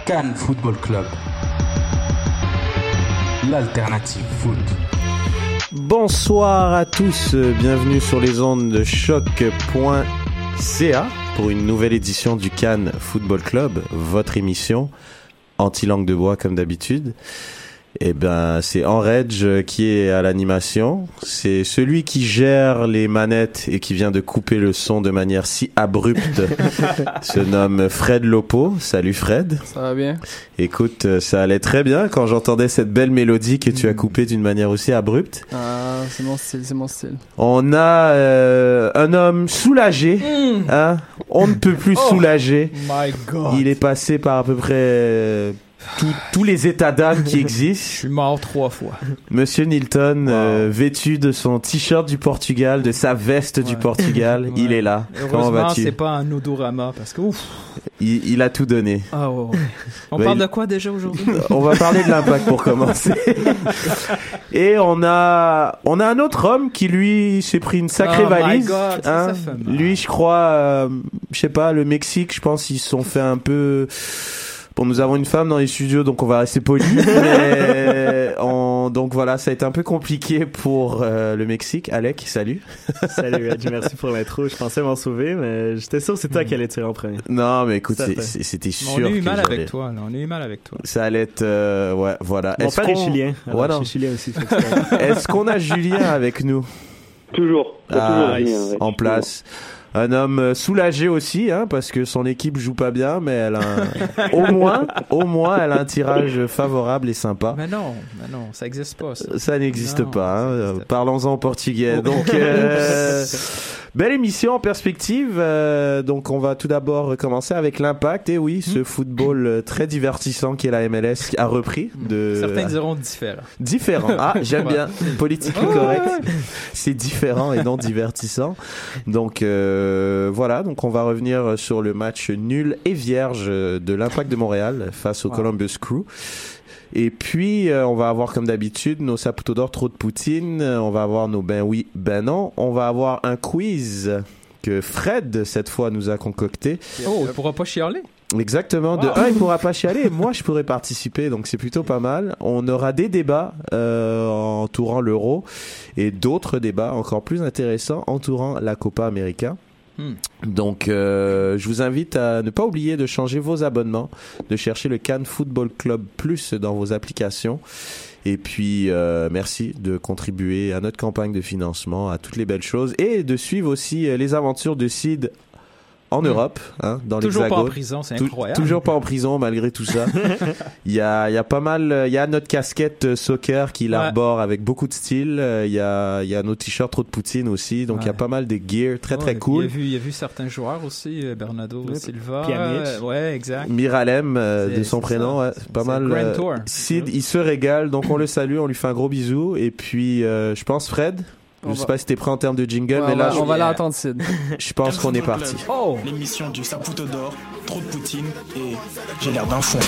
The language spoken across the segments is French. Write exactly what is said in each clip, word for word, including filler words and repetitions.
Cannes Football Club, l'alternative foot. Bonsoir à tous, bienvenue sur les ondes de choc point c a pour une nouvelle édition du Cannes Football Club, votre émission anti-langue de bois comme d'habitude. Eh ben, c'est Enredge qui est à l'animation. C'est celui qui gère les manettes et qui vient de couper le son de manière si abrupte. Se nomme Fred Lopo. Salut Fred. Ça va bien? Écoute, ça allait très bien quand j'entendais cette belle mélodie que tu as coupée d'une manière aussi abrupte. Ah, c'est mon style, c'est mon style. On a euh, un homme soulagé, mm. hein? On ne peut plus oh, soulagé. My God. Il est passé par à peu près... Euh, Tous, tous les états d'âme qui existent. Je suis mort trois fois. Monsieur Nilton, wow. euh, vêtu de son t-shirt du Portugal, de sa veste ouais. du Portugal, ouais. il est là. Comment vas-tu? C'est pas un odorama parce que ouf. Il, il a tout donné. Ah ouais, ouais. On bah, parle il... de quoi déjà aujourd'hui? On va parler de l'Impact pour commencer. Et on a, on a un autre homme qui lui s'est pris une sacrée oh valise. My God, hein. ça fait mal. Lui, je crois, euh, je sais pas, le Mexique, je pense, ils se sont fait un peu. Bon, nous avons une femme dans les studios, donc on va rester poli. Mais on, donc voilà, ça a été un peu compliqué pour euh, le Mexique. Alec, salut. Salut, Edge, merci pour l'intro. Je pensais m'en sauver, mais j'étais sûr que c'est toi qui allais tirer en premier. Non, mais écoute, c'est, c'est, c'était sûr. On a eu que mal j'allais... avec toi. Là. On a eu mal avec toi. Ça allait être, euh, ouais, voilà. Mon Est-ce père qu'on... est chilien. Voilà. Je suis chilien aussi. Est-ce qu'on a Julien avec nous? Toujours. Ah, toujours Julien, ouais. En place. Un homme soulagé aussi, hein, parce que son équipe joue pas bien, mais elle a un... au moins, au moins, elle a un tirage favorable et sympa. Mais non, mais non, ça existe pas. Ça, ça n'existe non, pas. Hein. Ça existe Parlons-en en portugais. Donc, euh... belle émission en perspective. Euh, donc, on va tout d'abord commencer avec l'Impact. Et oui, ce mmh. football très divertissant qui est la M L S a repris. De... Certains diront différent. Différent. Ah, j'aime bien. Politiquement oh, correct. Ouais. C'est différent et non divertissant. Donc, euh, Euh, voilà, donc on va revenir sur le match nul et vierge de l'Impact de Montréal face au wow. Columbus Crew. Et puis, euh, on va avoir comme d'habitude nos Saputo d'or trop de poutine, on va avoir nos ben oui, ben non, on va avoir un quiz que Fred, cette fois, nous a concocté. Oh, il pourra pas chialer? Exactement. De wow. un, il pourra pas chialer. Moi, je pourrais participer, donc c'est plutôt pas mal. On aura des débats euh, entourant l'Euro et d'autres débats encore plus intéressants entourant la Copa América. Hmm. Donc, euh, je vous invite à ne pas oublier de changer vos abonnements, de chercher le Cannes Football Club Plus dans vos applications. Et puis, euh, merci de contribuer à notre campagne de financement, à toutes les belles choses et de suivre aussi les aventures de Sid en mmh. Europe, hein, dans toujours l'Hexagone. Toujours pas en prison, c'est incroyable. Toujours pas en prison, malgré tout ça. Il y a, il y a pas mal, il y a notre casquette soccer qui l'arbore ouais. avec beaucoup de style. Il y a, il y a nos t-shirts trop de poutine aussi. Donc, ouais. il y a pas mal de gear très, très ouais, cool. Il y a vu, il y a vu certains joueurs aussi, Bernardo ouais, Silva. Pjanic. Ouais, exact. Miralem, euh, de son prénom. Ça. Ouais, c'est pas c'est mal. Grand Tour. Sid, il se régale. Donc, on le salue, on lui fait un gros bisou. Et puis, euh, je pense, Fred, Je ne sais pas si t'es prêt en termes de jingle, ouais, mais là, on va, je... on va l'entendre, Sid. Je pense qu'on est parti. Oh, l'émission du Saputo d'or, trop de poutine et j'ai l'air d'un fond.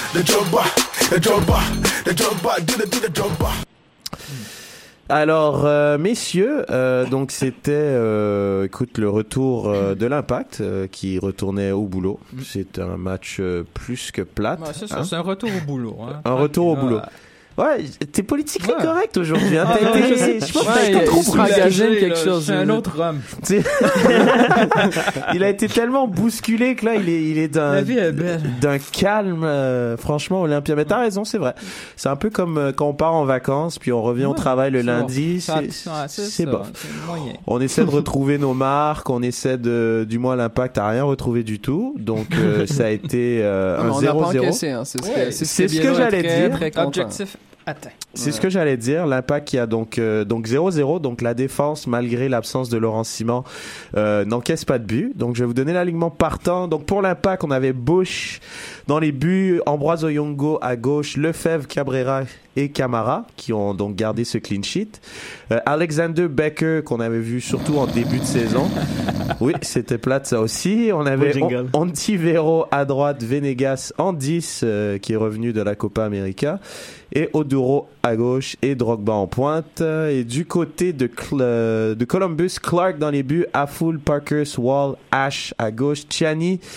Alors, euh, messieurs, euh, donc c'était, euh, écoute, le retour euh, de l'Impact euh, qui retournait au boulot. C'est un match euh, plus que plate. Ouais, c'est ça, hein? C'est un retour au boulot. Hein. Un retour au boulot. Ouais, t'es politiquement ouais. correct aujourd'hui. Hein. Ah, t'as été, je, sais, je pense ouais, que t'as été trop engagé quelque chose. C'est un autre homme. Il a été tellement bousculé que là, il est, il est d'un, d'un calme, euh, franchement, Olympia. Mais t'as raison, c'est vrai. C'est un peu comme euh, quand on part en vacances, puis on revient ouais, au travail le lundi. Ça, c'est, ça, c'est, c'est ça, bof. C'est moyen. On essaie de retrouver nos marques, on essaie de, du moins l'Impact a rien retrouvé du tout. Donc, euh, ça a été euh, un zéro zéro. Hein, c'est ce que, ouais, c'est c'est ce que j'allais très, dire. Très Objectif. Atteint. C'est ouais. ce que j'allais dire. L'Impact qui a donc euh, donc zéro zéro. Donc la défense, malgré l'absence de Laurent Simon, euh, n'encaisse pas de but. Donc je vais vous donner l'alignement partant. Donc pour l'Impact, on avait Bush dans les buts, Ambroise Oyongo à gauche, Lefebvre, Cabrera et Camara qui ont donc gardé ce clean sheet. Euh, Alexander Becker qu'on avait vu surtout en début de saison. Oui, c'était plate ça aussi. On avait on- Ontivero à droite, Venegas en dix euh, qui est revenu de la Copa América. Et Oduro à gauche et Drogba en pointe. Et du côté de, Cl- de Columbus, Clark dans les buts, Aful, Parkers, Wall, Ash à gauche, Tchani,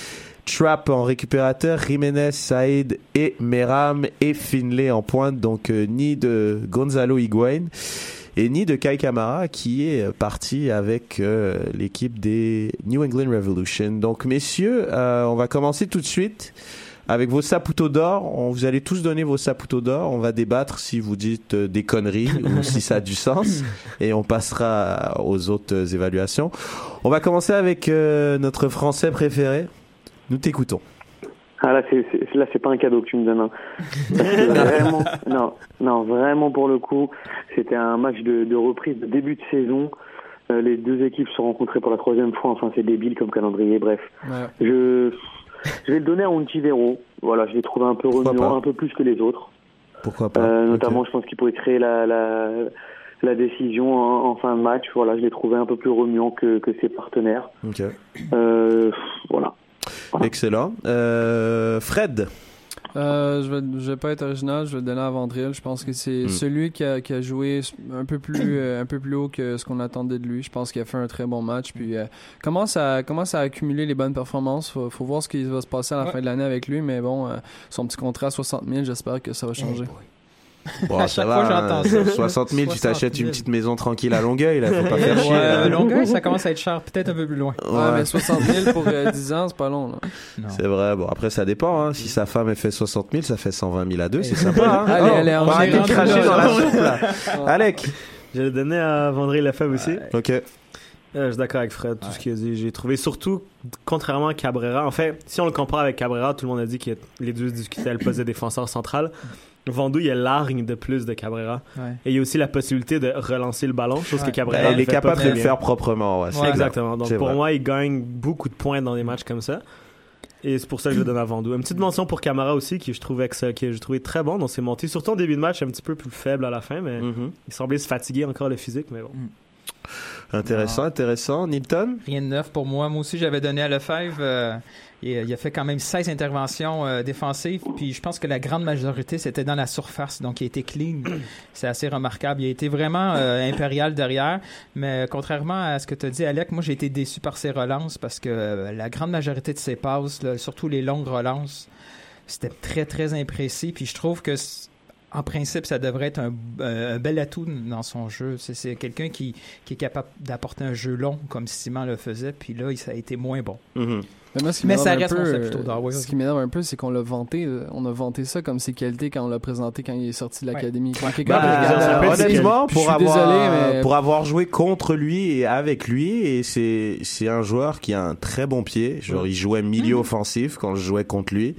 Trapp en récupérateur, Jiménez, Saïd et Meram et Finlay en pointe. Donc euh, ni de Gonzalo Higuaín et ni de Kai Kamara qui est parti avec euh, l'équipe des New England Revolution. Donc messieurs, euh, on va commencer tout de suite avec vos Saputo d'or. On, vous allez tous donner vos Saputo d'or. On va débattre si vous dites euh, des conneries ou si ça a du sens. Et on passera aux autres euh, évaluations. On va commencer avec euh, notre Français préféré. Nous t'écoutons. Ah là, c'est, c'est, là, c'est pas un cadeau que tu me donnes. Hein. Vraiment, non, non, vraiment pour le coup, c'était un match de, de reprise de début de saison. Euh, les deux équipes se sont rencontrées pour la troisième fois. Enfin, c'est débile comme calendrier. Bref, ouais. je, je vais le donner à Ontivero. Voilà, je l'ai trouvé un peu remuant, un peu plus que les autres. Pourquoi pas euh, Notamment, okay. je pense qu'il pouvait créer la, la, la décision en, en fin de match. Voilà, je l'ai trouvé un peu plus remuant que, que ses partenaires. Ok. Euh, voilà. Voilà. Excellent. Euh, Fred. Euh, je vais, je vais pas être original, je vais le donner à Vandril. Je pense que c'est mm. celui qui a, qui a joué un peu plus, euh, un peu plus haut que ce qu'on attendait de lui. Je pense qu'il a fait un très bon match. Puis euh, commence à, commence à accumuler les bonnes performances. Faut, faut voir ce qui va se passer à la ouais. fin de l'année avec lui. Mais bon, euh, son petit contrat à soixante mille, j'espère que ça va changer. Hey Bon, à chaque va, fois, j'entends ça. soixante mille, tu t'achètes une petite maison tranquille à Longueuil, là, faut pas faire chier. Ouais, Longueuil, ça commence à être cher, peut-être un peu plus loin. Ouais, ouais mais soixante mille pour euh, dix ans, c'est pas long, là. Non. C'est vrai, bon, après, ça dépend, hein. Si sa femme, elle fait soixante mille, ça fait cent vingt mille à deux, c'est sympa, hein. Allez, oh, allez, on arrêter de cracher dans la soupe, là. Alec. Je l'ai donné à Vandril Lefebvre aussi. Ok. Euh, je suis d'accord avec Fred, tout ouais. ce qu'il a dit. J'ai trouvé surtout, contrairement à Cabrera, en fait, si on le compare avec Cabrera, tout le monde a dit que les deux discutaient le poste de défenseur central. Vandou, il y a l'argne de plus de Cabrera. Ouais. Et il y a aussi la possibilité de relancer le ballon, chose ouais. que Cabrera il est capable de le faire proprement. Ouais, ouais, exactement. Donc c'est pour vrai. Moi, il gagne beaucoup de points dans des matchs comme ça. Et c'est pour ça que je le donne à Vandou. Une petite mention pour Camara aussi, qui je trouvais, que ça, qui je trouvais très bon. Donc c'est monté, surtout en début de match, un petit peu plus faible à la fin, mais mm-hmm. il semblait se fatiguer encore le physique, mais bon. Mm. Intéressant, ah. intéressant. Nilton? Rien de neuf pour moi. Moi aussi, j'avais donné à Lefebvre. Euh, et, euh, il a fait quand même seize interventions euh, défensives. Puis je pense que la grande majorité, c'était dans la surface. Donc, il a été clean. C'est assez remarquable. Il a été vraiment euh, impérial derrière. Mais contrairement à ce que tu as dit, Alec, moi, j'ai été déçu par ses relances parce que euh, la grande majorité de ses passes, là, surtout les longues relances, c'était très, très imprécis. Puis je trouve que... En principe, ça devrait être un, euh, un bel atout dans son jeu. C'est, c'est quelqu'un qui, qui est capable d'apporter un jeu long comme Simon le faisait, puis là, ça a été moins bon. Mm-hmm. Mais, moi, ce qui Mais ça reste peu, mon plutôt d'Arwell. Ce qui m'énerve un peu, c'est qu'on l'a vanté. On a vanté ça comme ses qualités quand on l'a présenté quand il est sorti de l'académie. Ouais. Bah, bah, honnêtement, pour avoir, désolé, mais... pour avoir joué contre lui et avec lui, et c'est, c'est un joueur qui a un très bon pied. Genre, il jouait milieu mmh. offensif quand je jouais contre lui.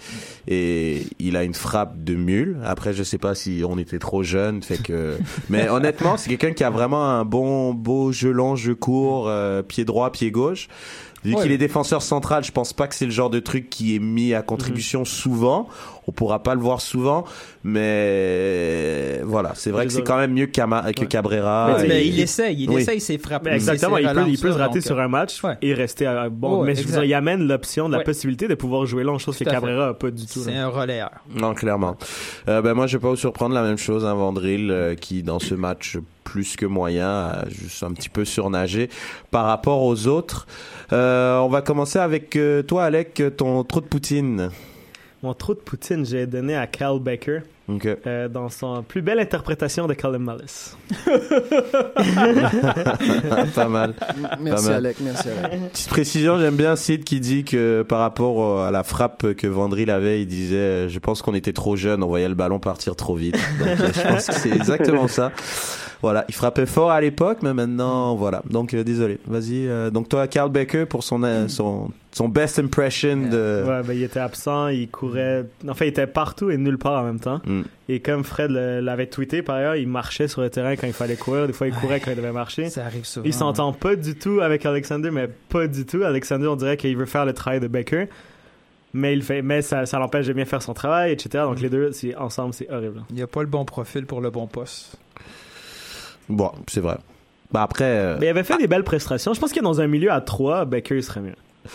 Et il a une frappe de mule. Après, je sais pas si on était trop jeune, fait que. Mais honnêtement, c'est quelqu'un qui a vraiment un bon, beau jeu long, jeu court, euh, pied droit, pied gauche. Vu ouais. qu'il est défenseur central, je pense pas que c'est le genre de truc qui est mis à contribution mmh. souvent. On pourra pas le voir souvent, mais voilà, c'est vrai que c'est quand même mieux Cama- que Cabrera. Mais, et... mais il essaye, il oui. essaye ses frappes. Mais exactement, il peut, il peut se rater donc, sur un match ouais. et rester à, bon. Oh, mais je veux dire, il amène l'option de la ouais. possibilité de pouvoir jouer long, chose que Cabrera a pas du tout. C'est là. un relayeur. Non, clairement. Euh, ben moi, je vais pas vous surprendre, la même chose, hein, Vandril, euh, qui dans ce match plus que moyen, a juste un petit peu surnagé par rapport aux autres. Euh, on va commencer avec euh, toi, Alec, ton trou de poutine. Mon trou de poutine, j'ai donné à Kyle Baker okay. euh, dans son plus belle interprétation de Callum Mullis. Pas mal. Merci Pas mal. Alec, merci Alec. Petite précision, j'aime bien Sid qui dit que par rapport à la frappe que Vandril avait, il disait « Je pense qu'on était trop jeune, on voyait le ballon partir trop vite. » Donc je pense que c'est exactement ça. Voilà, il frappait fort à l'époque, mais maintenant, voilà. Donc, euh, désolé. Vas-y. Euh, donc, toi, Carl Baker, pour son, euh, son, son best impression de... Ouais, ben, il était absent, il courait... Enfin, il était partout et nulle part en même temps. Mm. Et comme Fred le, l'avait tweeté, par ailleurs, il marchait sur le terrain quand il fallait courir. Des fois, il courait quand il devait marcher. Ça arrive souvent. Il s'entend pas du tout avec Alexander, mais pas du tout. Alexander, on dirait qu'il veut faire le travail de Baker. Mais il fait, mais ça, ça l'empêche de bien faire son travail, et cetera. Donc, mm. les deux, c'est, ensemble, c'est horrible. Il n'y a pas le bon profil pour le bon poste. Bon, c'est vrai. Bah après. Euh... Mais il avait fait ah. des belles prestations. Je pense que dans un milieu à trois, Baker serait mieux.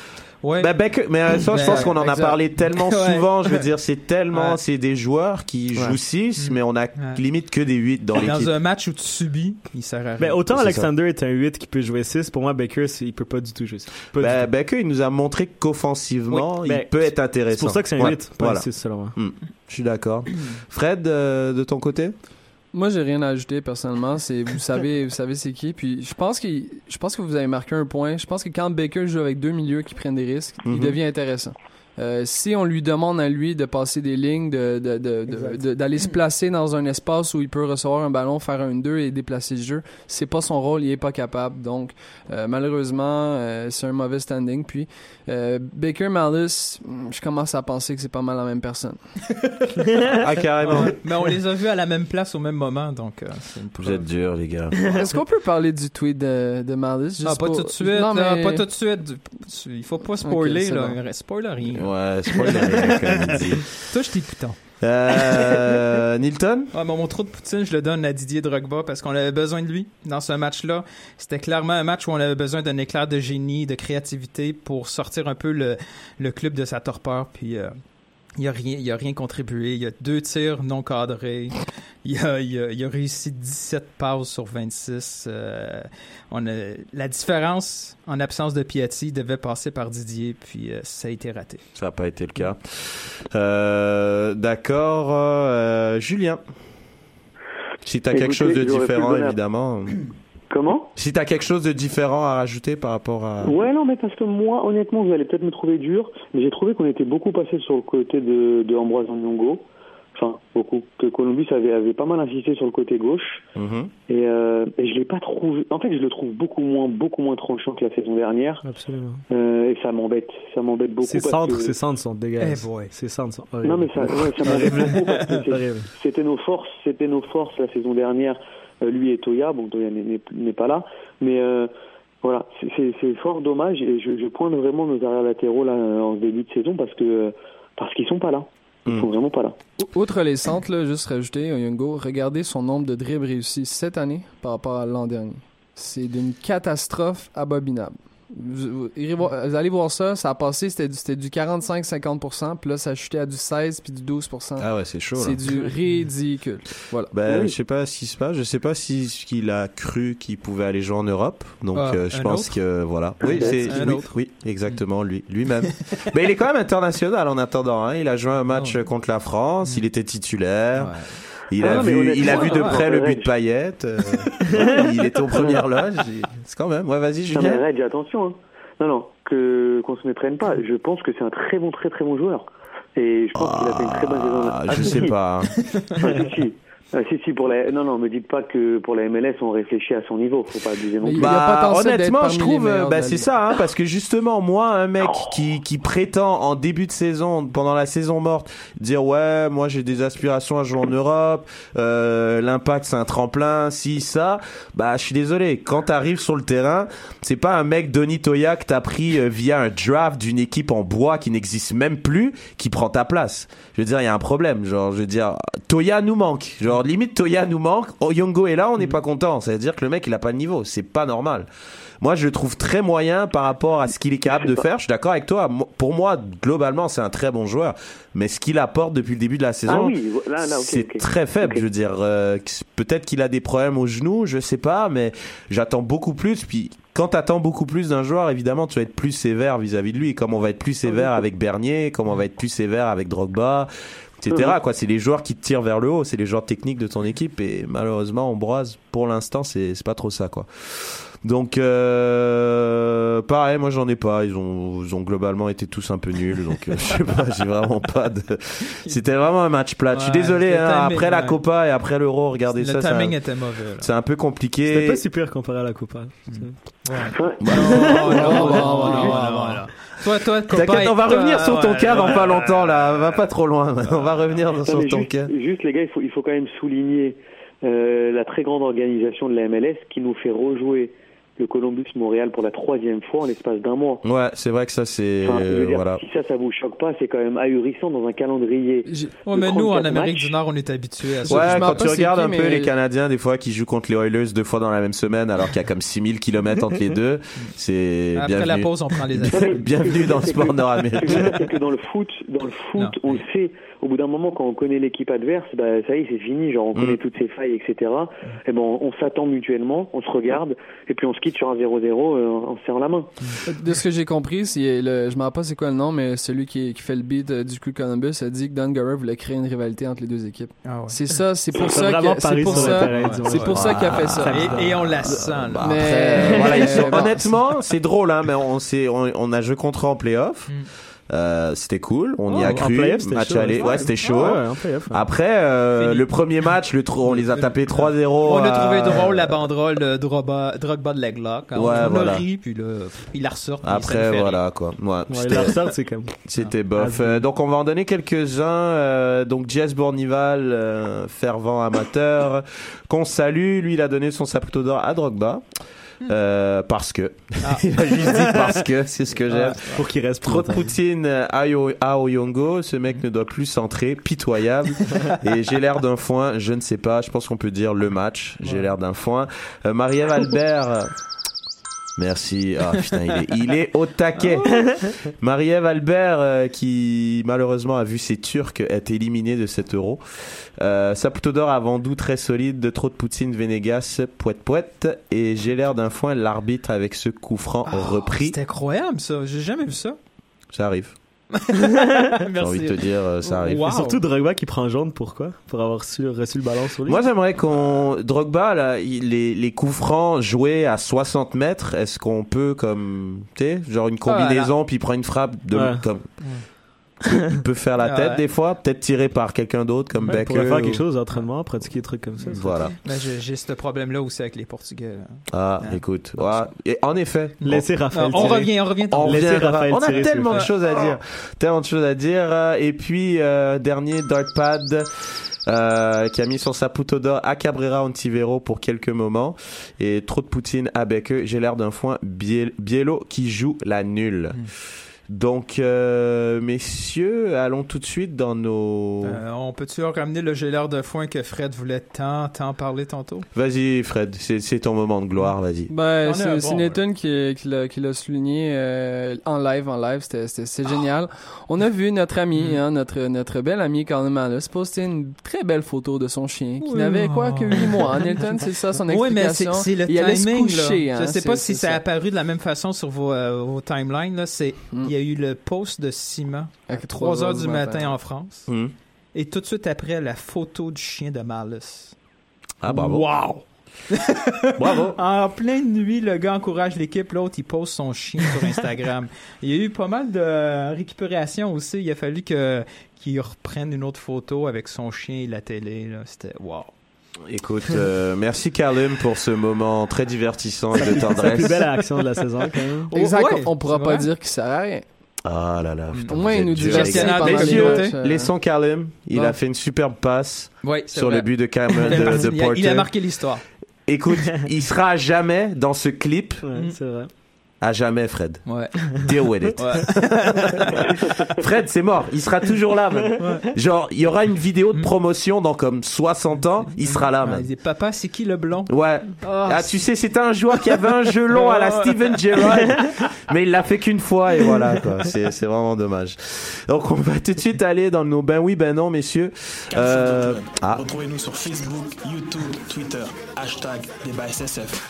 Ouais. Bah, Baker, mais euh, ça, je pense qu'on en a exact. parlé tellement Ouais. souvent. Je veux dire, c'est tellement, Ouais. c'est des joueurs qui jouent Ouais. six, Mm. mais on a Ouais. limite que des huit dans l'équipe. Dans un match où tu subis, il sert à rien. Ben, autant C'est Alexander est un huit qui peut jouer six, pour moi, Baker, c'est- il peut pas du tout jouer six. Pas Bah, du tout. Baker, il nous a montré qu'offensivement, Oui, il ben, peut être intéressant. C'est pour ça que c'est un Ouais, huit, pas voilà. un six, selon moi. Je suis d'accord. Fred, euh, de ton côté? Moi, j'ai rien à ajouter personnellement. C'est vous savez, vous savez c'est qui. Puis je pense que je pense que vous avez marqué un point. Je pense que quand Baker joue avec deux milieux qui prennent des risques, Mhm. il devient intéressant. Euh, si on lui demande à lui de passer des lignes, de, de, de, de- de- d'aller se placer dans un espace où il peut recevoir un ballon, faire un deux et déplacer le jeu, c'est pas son rôle, il est pas capable. Donc, euh, malheureusement, euh, c'est un mauvais standing. Puis, euh, Baker Malice, je commence à penser que c'est pas mal la même personne. Ah, carrément. Ouais. Mais on les a vus à la même place au même moment, donc euh, c'est une Vous êtes durs, les gars. Est-ce qu'on peut parler du tweet de, de Malice? Juste Ah, pas pour- tout de suite, Non, là, mais- pas tout de suite. Il faut pas spoiler, Ok, c'est là. bon. Spoiler rien. Ouais, c'est pas rien, comme il dit. Touche tes boutons. Euh, Nilton? Ouais, bon, mon trou de poutine, je le donne à Didier Drogba parce qu'on avait besoin de lui dans ce match-là. C'était clairement un match où on avait besoin d'un éclair de génie, de créativité pour sortir un peu le, le club de sa torpeur. Puis euh, il a rien, il a rien contribué. Il y a deux tirs non cadrés. Il a, il a, il a réussi dix-sept passes sur vingt-six. Euh, on a, la différence en absence de Piatti devait passer par Didier, puis euh, ça a été raté. Ça n'a pas été le cas. Euh, d'accord. Euh, Julien? Si tu as quelque Écoutez, chose de j'aurais pu différent, le donner à- évidemment. Comment? Si tu as quelque chose de différent à rajouter par rapport à... Ouais, non, mais parce que moi, honnêtement, vous allez peut-être me trouver dur, mais j'ai trouvé qu'on était beaucoup passé sur le côté de, de Ambroise Nyongo. Enfin, beaucoup. Que Columbus avait, avait pas mal insisté sur le côté gauche. Mhm. Et, euh, et je l'ai pas trouvé. En fait, je le trouve beaucoup moins, beaucoup moins tranchant que la saison dernière. Absolument. Euh, et ça m'embête. Ça m'embête beaucoup. Ses parce centres, que- ses centres sont dégueulasses. Eh boy. Ses centres sont horribles. Non, mais ça, ouais, ça m'embête beaucoup parce que c'est- Horrible. c'était nos forces, c'était nos forces la saison dernière. Euh, lui et Toya, bon, Toya n'est- n'est n'est pas là, mais euh, voilà, c'est- c'est c'est fort dommage et je, je pointe vraiment nos arrières latéraux là en début de saison parce que parce qu'ils sont pas là. Ils Mm. sont vraiment pas là. Outre les centres, là, juste rajouter, Oyungo, regardez son nombre de dribbles réussis cette année par rapport à l'an dernier. C'est d'une catastrophe abominable. Vous, vous irez voir- vous allez voir ça, ça a passé, c'était du, c'était du quarante-cinq à cinquante pour cent, puis là, ça a chuté à du seize puis du douze pour cent. Ah ouais, c'est chaud, là. C'est du ridicule. Voilà. Ben, Oui. je sais pas ce qui se passe. Je sais pas si ce qu'il a cru qu'il pouvait aller jouer en Europe. Donc, Ah, euh, je un pense autre? que voilà. Oui, c'est Un oui, autre. oui, exactement lui, lui-même. Mais il est quand même international en attendant. Hein. Il a joué un match Oh. contre la France. Il était titulaire. Il Ah a non, mais vu, honnêtement, il a vu de ouais, près ouais, le ouais, but de Payet. euh, ouais, il était aux premières loges. et- C'est quand même. Ouais, vas-y, Non, mais Julien. Reg, attention. Hein. Non, non, que qu'on se méprenne pas. Je pense que c'est un très bon, très très bon joueur. Et je pense qu'il a fait une très bonne saison. Ah, Ah, je si, sais si. pas. hein. Ah, si, si. Ah, si, si, pour la... Non, non, me dites pas que pour la M L S, on réfléchit à son niveau. Faut pas abuser non Mais plus. il y a Bah, potentiel d'être honnêtement, parmi je les trouve, meilleurs euh, de bah, la c'est ligue. ça, hein, parce que justement, moi, un mec qui, qui prétend en début de saison, pendant la saison morte, dire ouais, moi j'ai des aspirations à jouer en Europe, euh, l'impact c'est un tremplin, si ça, bah, je suis désolé. Quand t'arrives sur le terrain, c'est pas un mec Donny Toya que t'as pris euh, via un draft d'une équipe en bois qui n'existe même plus, qui prend ta place. Je veux dire, il y a un problème. Genre, je veux dire, Toya nous manque. Genre, limite Toya nous manque. Oyongo est là, on n'est pas content. Ça veut dire que le mec, il a pas de niveau. C'est pas normal. Moi, je le trouve très moyen par rapport à ce qu'il est capable de faire. Je suis d'accord avec toi. Mo- Pour moi, globalement, c'est un très bon joueur. Mais ce qu'il apporte depuis le début de la saison, Ah oui, là, là, ok, c'est ok. très faible. Ok. Je veux dire, euh, peut-être qu'il a des problèmes au genou, je sais pas, mais j'attends beaucoup plus. Puis quand t'attends beaucoup plus d'un joueur, évidemment, tu vas être plus sévère vis-à-vis de lui. Comme on va être plus sévère avec Bernier, comme on va être plus sévère avec Drogba, et cetera. Quoi, c'est les joueurs qui te tirent vers le haut, c'est les joueurs techniques de ton équipe. Et malheureusement, Ambroise, pour l'instant, c'est c'est pas trop ça, quoi. Donc, euh, pareil, moi j'en ai pas. Ils ont, ils ont globalement été tous un peu nuls. Donc, euh, je sais pas, j'ai vraiment pas de. C'était vraiment un match plat. je suis Ouais, désolé. le Hein, timing, après la ouais. Copa et après l'Euro, regardez Le ça. c'est timing un- était mauvais. là. C'est un peu compliqué. C'était pas si pire comparé à la Copa. Ouais. Non, non, non, non, non, non. Toi, toi, Copa, T'inquiète, on va toi, revenir sur ton ouais, cas dans ouais, pas ouais, longtemps là. ouais, Va pas trop loin. On va revenir Non, sur mais ton juste, cas. juste, les gars, il faut, il faut quand même souligner euh, la très grande organisation de la M L S qui nous fait rejouer le Columbus-Montréal pour la troisième fois en l'espace d'un mois. Ouais, c'est vrai que ça, c'est... Enfin, je veux dire, voilà. si ça, ça vous choque pas, c'est quand même ahurissant dans un calendrier. Ouais, mais nous, en trente-quatre Amérique matchs. du Nord, on est habitués à ça. Ouais, Je m'en quand tu rappelle, regardes c'est un qui, peu mais- les Canadiens, des fois, qui jouent contre les Oilers deux fois dans la même semaine, alors qu'il y a comme six mille kilomètres entre les deux, c'est Après bienvenue. la pause, on prend les Non, mais- Bienvenue dans le sport Ce que je veux nord-américain. dire, c'est que dans le foot, dans le foot, Non. on le sait. Au bout d'un moment, quand on connaît l'équipe adverse, bah, ça y est, c'est fini. Genre, on Mm. connaît toutes ses failles, et cetera. Et ben, on, on s'attend mutuellement, on se regarde, et puis on se quitte sur un zéro zéro euh, en se serrant la main. De ce que j'ai compris, c'est le, je me rappelle pas c'est quoi le nom, mais celui qui, qui fait le beat euh, du Crew Columbus a dit que Don Gurra voulait créer une rivalité entre les deux équipes. Ah ouais. C'est ça, c'est pour C'est ça vraiment qu'il c'est Paris pour sur le ça, terrain, dis-moi. c'est pour ça qu'il a fait ça. Et, et on la sent, là. Bah, Mais- après, euh, voilà, ils sont- Bon. honnêtement, c'est drôle, hein, mais on, s'est- on, on a joué contre eux en playoff. Mm. Euh, c'était cool, on y Oh, a en cru. playoff, c'était Match chaud, aller, ouais. ouais, c'était chaud. Ouais, ouais, en playoff, ouais. Après, euh, Fini. le premier match, le tro- on les a tapés trois zéro. On a trouvé euh, drôle la banderole de Drogba, Drogba de Leglock. On, Ouais, on voilà. a ri, puis là, il la ressort. puis ça nous Après, fait voilà, quoi. Ouais, Ouais, c'était- leur sort, c'est comme. C'était Ah, bof. ah, Euh, donc on va en donner quelques-uns. Euh, donc Jess Bournival, euh, fervent amateur, qu'on salue. Lui, il a donné son saputo d'or à Drogba. Euh, parce que. Ah. il a juste dit parce que, c'est ce que j'aime. Pour qu'il reste plus Trop de longtemps. poutine euh, à Yo- à Oyongo, ce mec ne doit plus centrer, pitoyable. Et j'ai l'air d'un foin, je ne sais pas, je pense qu'on peut dire le match, j'ai l'air d'un foin. Euh, Marie-Ève Albert, euh, merci. Ah putain, il est, il est au taquet. Marie-Ève Albert, euh, qui malheureusement a vu ses Turcs être éliminés de cet euro. Euh, Saputo d'or à Vendoux, très solide, de trop de poutine, Venegas, poète poète. Et j'ai l'air d'un foin, l'arbitre avec ce coup franc Oh, repris. C'est incroyable, ça. J'ai jamais vu ça. Ça arrive. J'ai envie Merci. de te dire, euh, ça arrive. Wow. Et surtout Drogba qui prend jaune, pourquoi? Pour avoir su- reçu le ballon sur lui. Moi, j'aimerais qu'on Drogba là, il- les les coups francs joués à soixante mètres, est-ce qu'on peut comme tu sais, genre une combinaison puis il prend une frappe de Ouais. comme il peut faire la Ah tête ouais. des fois, peut-être tiré par quelqu'un d'autre comme Ouais, il Becker. pourrait faire ou- quelque chose d'entraînement, pratiquer des trucs comme ça. Voilà. Ben, j'ai, j'ai ce problème-là aussi avec les Portugais. là. Ah, Ouais. écoute. Ouais. Et en effet, Laissez Raphaël on tirer. revient, on revient. on, Laissez reviendra. Raphaël On a tirer, tellement s'il de vous choses à dire, tellement de choses à dire. euh, Et puis euh, dernier Dartpad. Euh, qui a mis son saputo d'or à Cabrera Ontivero pour quelques moments et trop de poutine à Becker. J'ai l'air d'un foin Biel- Biello qui joue la nulle. Mm. Donc, euh, messieurs, allons tout de suite dans nos... Euh, on peut-tu ramener le geleur de foin que Fred voulait tant, tant parler tantôt? Vas-y, Fred, c'est, c'est ton moment de gloire, vas-y. Ben, On est c'est, un c'est bon, Nathan qui, qui, l'a, qui l'a souligné euh, en live, en live, c'était, c'était, c'est génial. On a vu notre ami, hein, notre, notre bel ami Colin Malus poster une très belle photo de son chien qui Oui. n'avait quoi que huit mois. Nathan, c'est ça son Oui, mais c'est, explication. c'est le Il allait se timing. coucher, là. hein, Je sais c'est- pas si c'est ça a ça. apparu de la même façon sur vos, euh, vos timelines. Là. C'est, Mm. il y a eu le post de Simon à À trois heures du matin en France. Hum. Et tout de suite après, la photo du chien de Malus. Ah, bravo. Wow! Bravo. En pleine nuit, le gars encourage l'équipe, l'autre, il pose son chien sur Instagram. Il y a eu pas mal de récupération aussi. Il a fallu que, qu'il reprenne une autre photo avec son chien et la télé. Là. C'était wow. Écoute, euh, merci Carlin pour ce moment très divertissant et de C'est la plus tendresse. belle action de la saison, quand même. Exact, Ouais, on pourra c'est pas vrai. dire qu'il sert à rien. Ah là là, putain, Au moins, vous il êtes nous dur, divertit les gars. pendant les Messieurs, matchs, euh. laissons Carlin. Il Bon. a fait une superbe passe Oui, c'est sur vrai. le but de, Cam- Il a de, marqué- de il a- Porter. il a marqué l'histoire. Écoute, il sera à jamais dans ce clip. Ouais, c'est vrai. À jamais, Fred. Ouais. Deal with it. Ouais. Fred, c'est mort. Il sera toujours là, man. Genre, il y aura une vidéo de promotion dans comme soixante ans. Il sera là, Ouais, man. il dit, papa, c'est qui le blond? Ouais. Oh, Ah, tu sais, c'était un joueur qui avait un jeu long à la Steven Gerrard, mais il l'a fait qu'une fois et voilà, quoi. C'est, c'est vraiment dommage. Donc, on va tout de suite aller dans nos ben oui, ben non, messieurs. Euh, ah. Retrouvez-nous sur Facebook, YouTube, Twitter, hashtag débat S S F.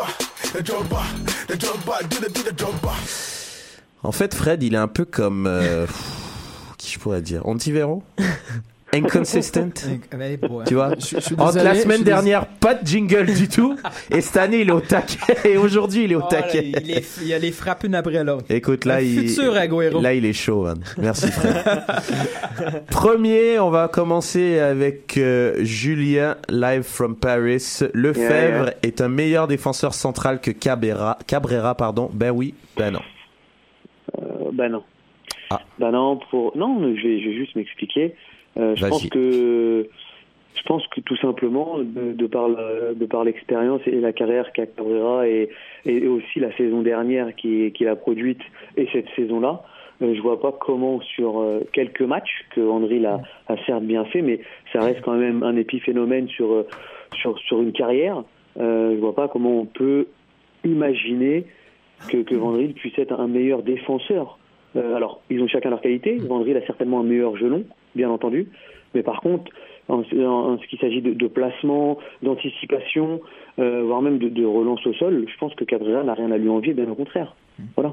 En fait, Fred, il est un peu comme, euh, pff, qui je pourrais dire, Ontivero? Inconsistent. Eh, boy. Tu vois? Je- je suis Entre désolé, la je semaine suis dernière, pas de jingle du tout. Et cette année, il est au taquet. Et aujourd'hui, il est au Oh, là, taquet. il, est, il a les frappes une après l'autre. Écoute, là, Un il, futur Agüero. là, il est chaud, man. Merci, Fred. Premier, on va commencer avec euh, Julien, live from Paris. Lefebvre Yeah, yeah. est un meilleur défenseur central que Cabrera. Cabrera, pardon. Ben oui, ben non. Euh, bah non. Ah. Bah non, pour... Non, je vais, je vais juste m'expliquer. Euh, je Vas-y. pense que Je pense que tout simplement, de, de par la, de par l'expérience et la carrière qu'a Cabrera et, et aussi la saison dernière qu'il, qu'il a produite et cette saison-là, euh, je vois pas comment sur euh, quelques matchs que Vandril a, a certes bien fait, mais ça reste quand même un épiphénomène sur euh, sur sur une carrière. Euh, je vois pas comment on peut imaginer que, que Vandril puisse être un meilleur défenseur. Euh, alors, ils ont chacun leur qualité. Vandril a certainement un meilleur gelon, bien entendu, mais par contre, en, en, en ce qui s'agit de, de placement, d'anticipation, euh, voire même de, de relance au sol, je pense que Cabrera n'a rien à lui envier, bien au contraire. Voilà.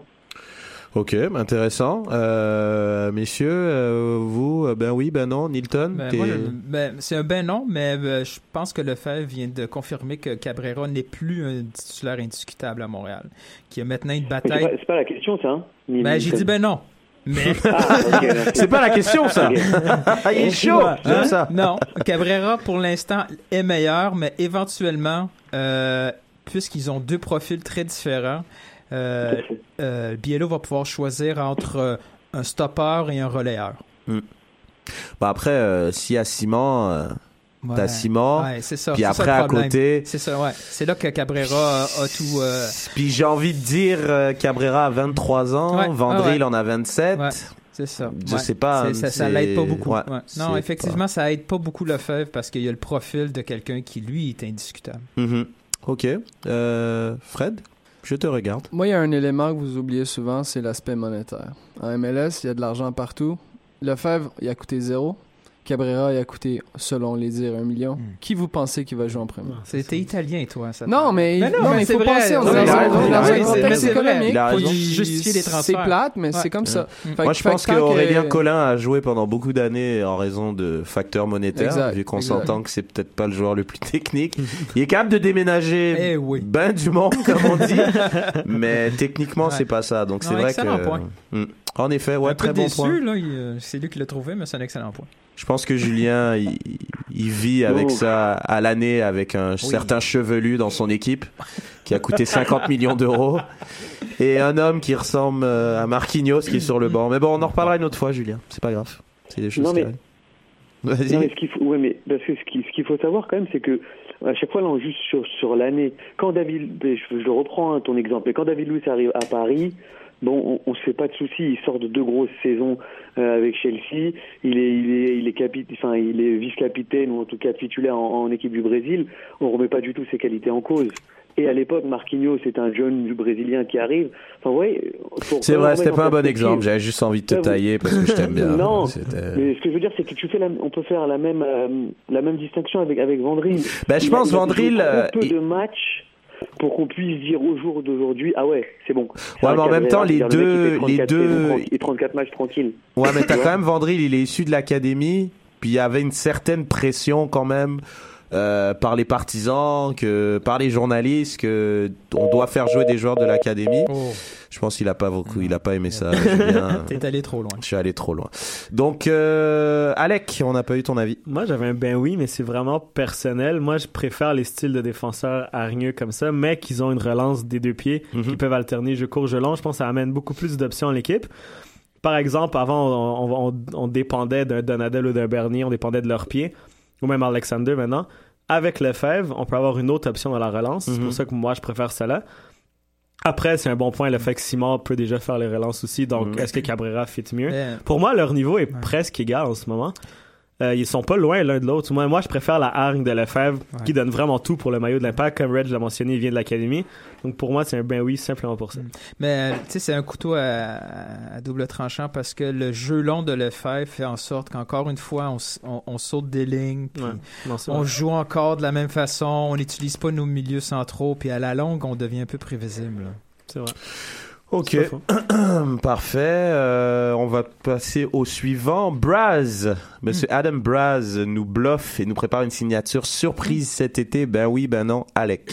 Ok, intéressant. Euh, messieurs, euh, vous, ben oui, ben non, Nilton. Ben, moi, ben, c'est un ben non, mais euh, je pense que Lefebvre vient de confirmer que Cabrera n'est plus un titulaire indiscutable à Montréal, qu'il y a maintenant une bataille. C'est pas, c'est pas la question, ça. Hein, ben, Nilton. J'ai dit ben non. Mais ah, okay, c'est pas la question, ça. Okay. Il est chaud. Hein? J'aime ça. Non, Cabrera pour l'instant est meilleur, mais éventuellement, euh, puisqu'ils ont deux profils très différents, euh, euh, Biello va pouvoir choisir entre euh, un stopper et un relayeur. Mm. Bon, après, euh, s'il y a Simon, euh, ouais. t'as Simon, ouais, c'est ça, puis c'est après ça à côté, c'est ça, ouais, c'est là que Cabrera a, a tout. Euh... Puis j'ai envie de dire, euh, Cabrera a vingt-trois ans, ouais, Vandril ouais. en a vingt-sept. Ouais. C'est ça. Je ouais. sais pas. C'est, ça, ça l'aide pas beaucoup. Ouais, ouais. Non, effectivement, pas... ça aide pas beaucoup Lefebvre parce qu'il y a le profil de quelqu'un qui, lui, est indiscutable. Mm-hmm. OK. Euh, Fred, je te regarde. Moi, il y a un élément que vous oubliez souvent, c'est l'aspect monétaire. En M L S, il y a de l'argent partout. Lefebvre, il a coûté zéro. Cabrera, il a coûté, selon les dires, un million. Mm. Qui vous pensez qui va jouer en premier? C'était italien, toi. Ça non, mais, mais, non, non, mais il faut vrai. penser en dans un contexte économique. Il faut justifier les transferts. C'est plate, mais ouais. c'est comme ouais. ça. Mm. Moi, je pense qu'Aurélien que... Collin a joué pendant beaucoup d'années en raison de facteurs monétaires, exact, vu qu'on exact. s'entend que c'est peut-être pas le joueur le plus technique. Il est capable de déménager eh oui. ben du monde, comme on dit, mais techniquement, ouais. c'est pas ça. Donc, non, c'est vrai que... Point. Mm. En effet, ouais, un très peu bon déçu, point. Là, il, c'est lui qui l'a trouvé, mais c'est un excellent point. Je pense que Julien, il, il vit avec oh. ça à l'année, avec un oui. certain chevelu dans son équipe, qui a coûté cinquante millions d'euros, et un homme qui ressemble à Marquinhos, qui est sur le banc. Mais bon, on en reparlera une autre fois, Julien. C'est pas grave. C'est des choses non, mais... qui Vas-y. Non, mais ce qu'il faut, ouais, mais parce que ce qu'il, ce qu'il faut savoir quand même, c'est que à chaque fois, là, on juste sur, sur l'année. Quand David, je, je le reprends, hein, ton exemple, et quand David Luiz arrive à Paris, bon, on, on se fait pas de soucis. Il sort de deux grosses saisons euh, avec Chelsea. Il est, il est, il est capit, enfin, il est vice-capitaine ou en tout cas titulaire en, en équipe du Brésil. On remet pas du tout ses qualités en cause. Et à l'époque, Marquinhos, c'est un jeune Brésilien qui arrive. Enfin, ouais. C'est vrai, c'était pas un bon exemple. J'avais juste envie de te tailler parce que je t'aime bien. Non. C'était... Mais ce que je veux dire, c'est que tu fais la, on peut faire la même, euh, la même distinction avec, avec Vandril. Ben, je il pense a, Vandril. Un peu il... de matchs pour qu'on puisse dire au jour d'aujourd'hui, ah ouais, c'est bon. C'est ouais, mais en même temps, les deux, les deux, et trente-quatre matchs tranquilles. Ouais, mais t'as quand même Vandril, il est issu de l'académie, puis il y avait une certaine pression quand même. Euh, par les partisans, que par les journalistes, que on doit faire jouer des joueurs de l'académie. Oh. Je pense qu'il a pas beaucoup, il a pas aimé ça. Julien. T'es allé trop loin. Je suis allé trop loin. Donc, euh, Alec, on n'a pas eu ton avis. Moi, j'avais un ben oui, mais c'est vraiment personnel. Moi, je préfère les styles de défenseurs hargneux comme ça, mais qu'ils ont une relance des deux pieds, mm-hmm. qui peuvent alterner jeu court, jeu long. Je pense que ça amène beaucoup plus d'options à l'équipe. Par exemple, avant, on, on, on, on dépendait d'un Donadel ou d'un Bernier, on dépendait de leurs pieds, ou même Alexander maintenant. Avec Lefebvre, on peut avoir une autre option dans la relance. Mm-hmm. C'est pour ça que moi, je préfère cela. Après, c'est un bon point, le fait que Simon peut déjà faire les relances aussi. Donc, mm-hmm. est-ce que Cabrera fit mieux? Yeah. Pour moi, leur niveau est ouais. presque égal en ce moment. Euh, ils sont pas loin l'un de l'autre. Moi, moi je préfère la hargne de Lefebvre, ouais. qui donne vraiment tout pour le maillot de l'Impact. Comme Reg l'a mentionné, il vient de l'académie. Donc, pour moi, c'est un ben oui, simplement pour ça. Mais, tu sais, c'est un couteau à, à double tranchant parce que le jeu long de Lefebvre fait en sorte qu'encore une fois, on, on, on saute des lignes, puis ouais. non, on vrai. joue encore de la même façon, on n'utilise pas nos milieux centraux, puis à la longue, on devient un peu prévisible. Là. C'est vrai. Ok, parfait. Euh, on va passer au suivant. Braz, Monsieur mm. Adam Braz nous bluffe et nous prépare une signature surprise cet été. Ben oui, ben non, Alec.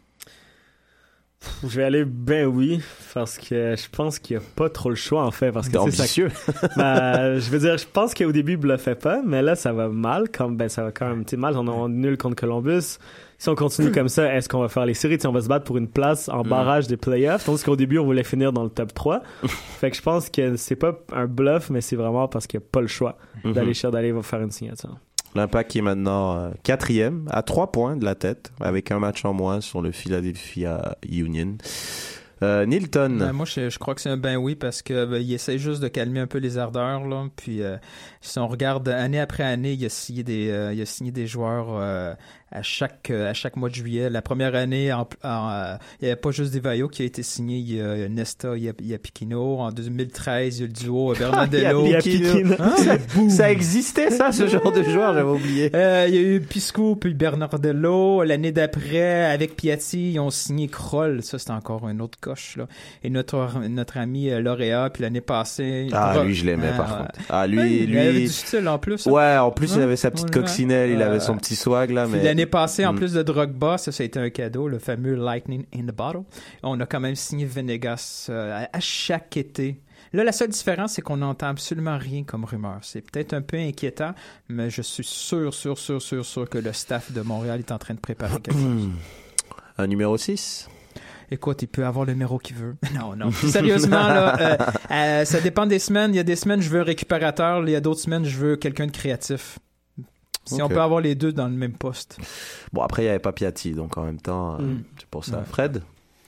Je vais aller ben oui, parce que je pense qu'il n'y a pas trop le choix en fait. Parce que c'est ambitieux. Ça, ben, je veux dire, je pense qu'au début, il bluffait pas, mais là, ça va mal. Comme, ben, ça va quand même mal. On est nul contre Columbus. Si on continue comme ça, est-ce qu'on va faire les séries? T'sais, on va se battre pour une place en barrage mm. des playoffs, tandis qu'au début, on voulait finir dans le top trois. Fait que je pense que c'est pas un bluff, mais c'est vraiment parce qu'il n'y a pas le choix mm-hmm. d'aller chercher, d'aller faire une signature. L'Impact qui est maintenant euh, quatrième, à trois points de la tête, avec un match en moins sur le Philadelphia Union. Euh, Nilton. Ben, moi, je, je crois que c'est un ben oui parce que ben, il essaie juste de calmer un peu les ardeurs là. Puis euh, si on regarde année après année, il a signé des, euh, il a signé des joueurs euh, à chaque euh, à chaque mois de juillet. La première année, en, en, euh, il n'y avait pas juste Devaio qui a été signé. Il y a Nesta, il y a, il y a Piquino. En deux mille treize, il y a le duo Bernardello. Il y a Piquino. Hein? Ça existait ça, ce genre de joueur, j'avais oublié. Euh, il y a eu Pisco puis Bernardello. L'année d'après, avec Piatti, ils ont signé Kroll. Ça, c'est encore un autre coche là. Et notre notre ami euh, Lauréat. Puis l'année passée. Ah, Dro- lui, je l'aimais ah, par ouais. contre. Ah, lui, Ouais, lui. Il avait du style en plus. Hein? Ouais, en plus, Ouais. il avait sa petite Ouais. coccinelle, il Ouais. avait son petit swag là. Puis Mais l'année passée, en Mm. plus de Drogba, ça, ça a été un cadeau, le fameux Lightning in the Bottle. On a quand même signé Venegas euh, à, à chaque été. Là, la seule différence, c'est qu'on n'entend absolument rien comme rumeur. C'est peut-être un peu inquiétant, mais je suis sûr, sûr, sûr, sûr, sûr que le staff de Montréal est en train de préparer quelque chose. Un numéro six. Écoute, il peut avoir le numéro qu'il veut. Non, non. Puis sérieusement, là, euh, euh, ça dépend des semaines. Il y a des semaines, je veux un récupérateur. Il y a d'autres semaines, je veux quelqu'un de créatif. Si Okay. on peut avoir les deux dans le même poste. Bon, après, il n'y avait pas Piatti, donc en même temps, euh, Mm. c'est pour ça. Ouais. Fred?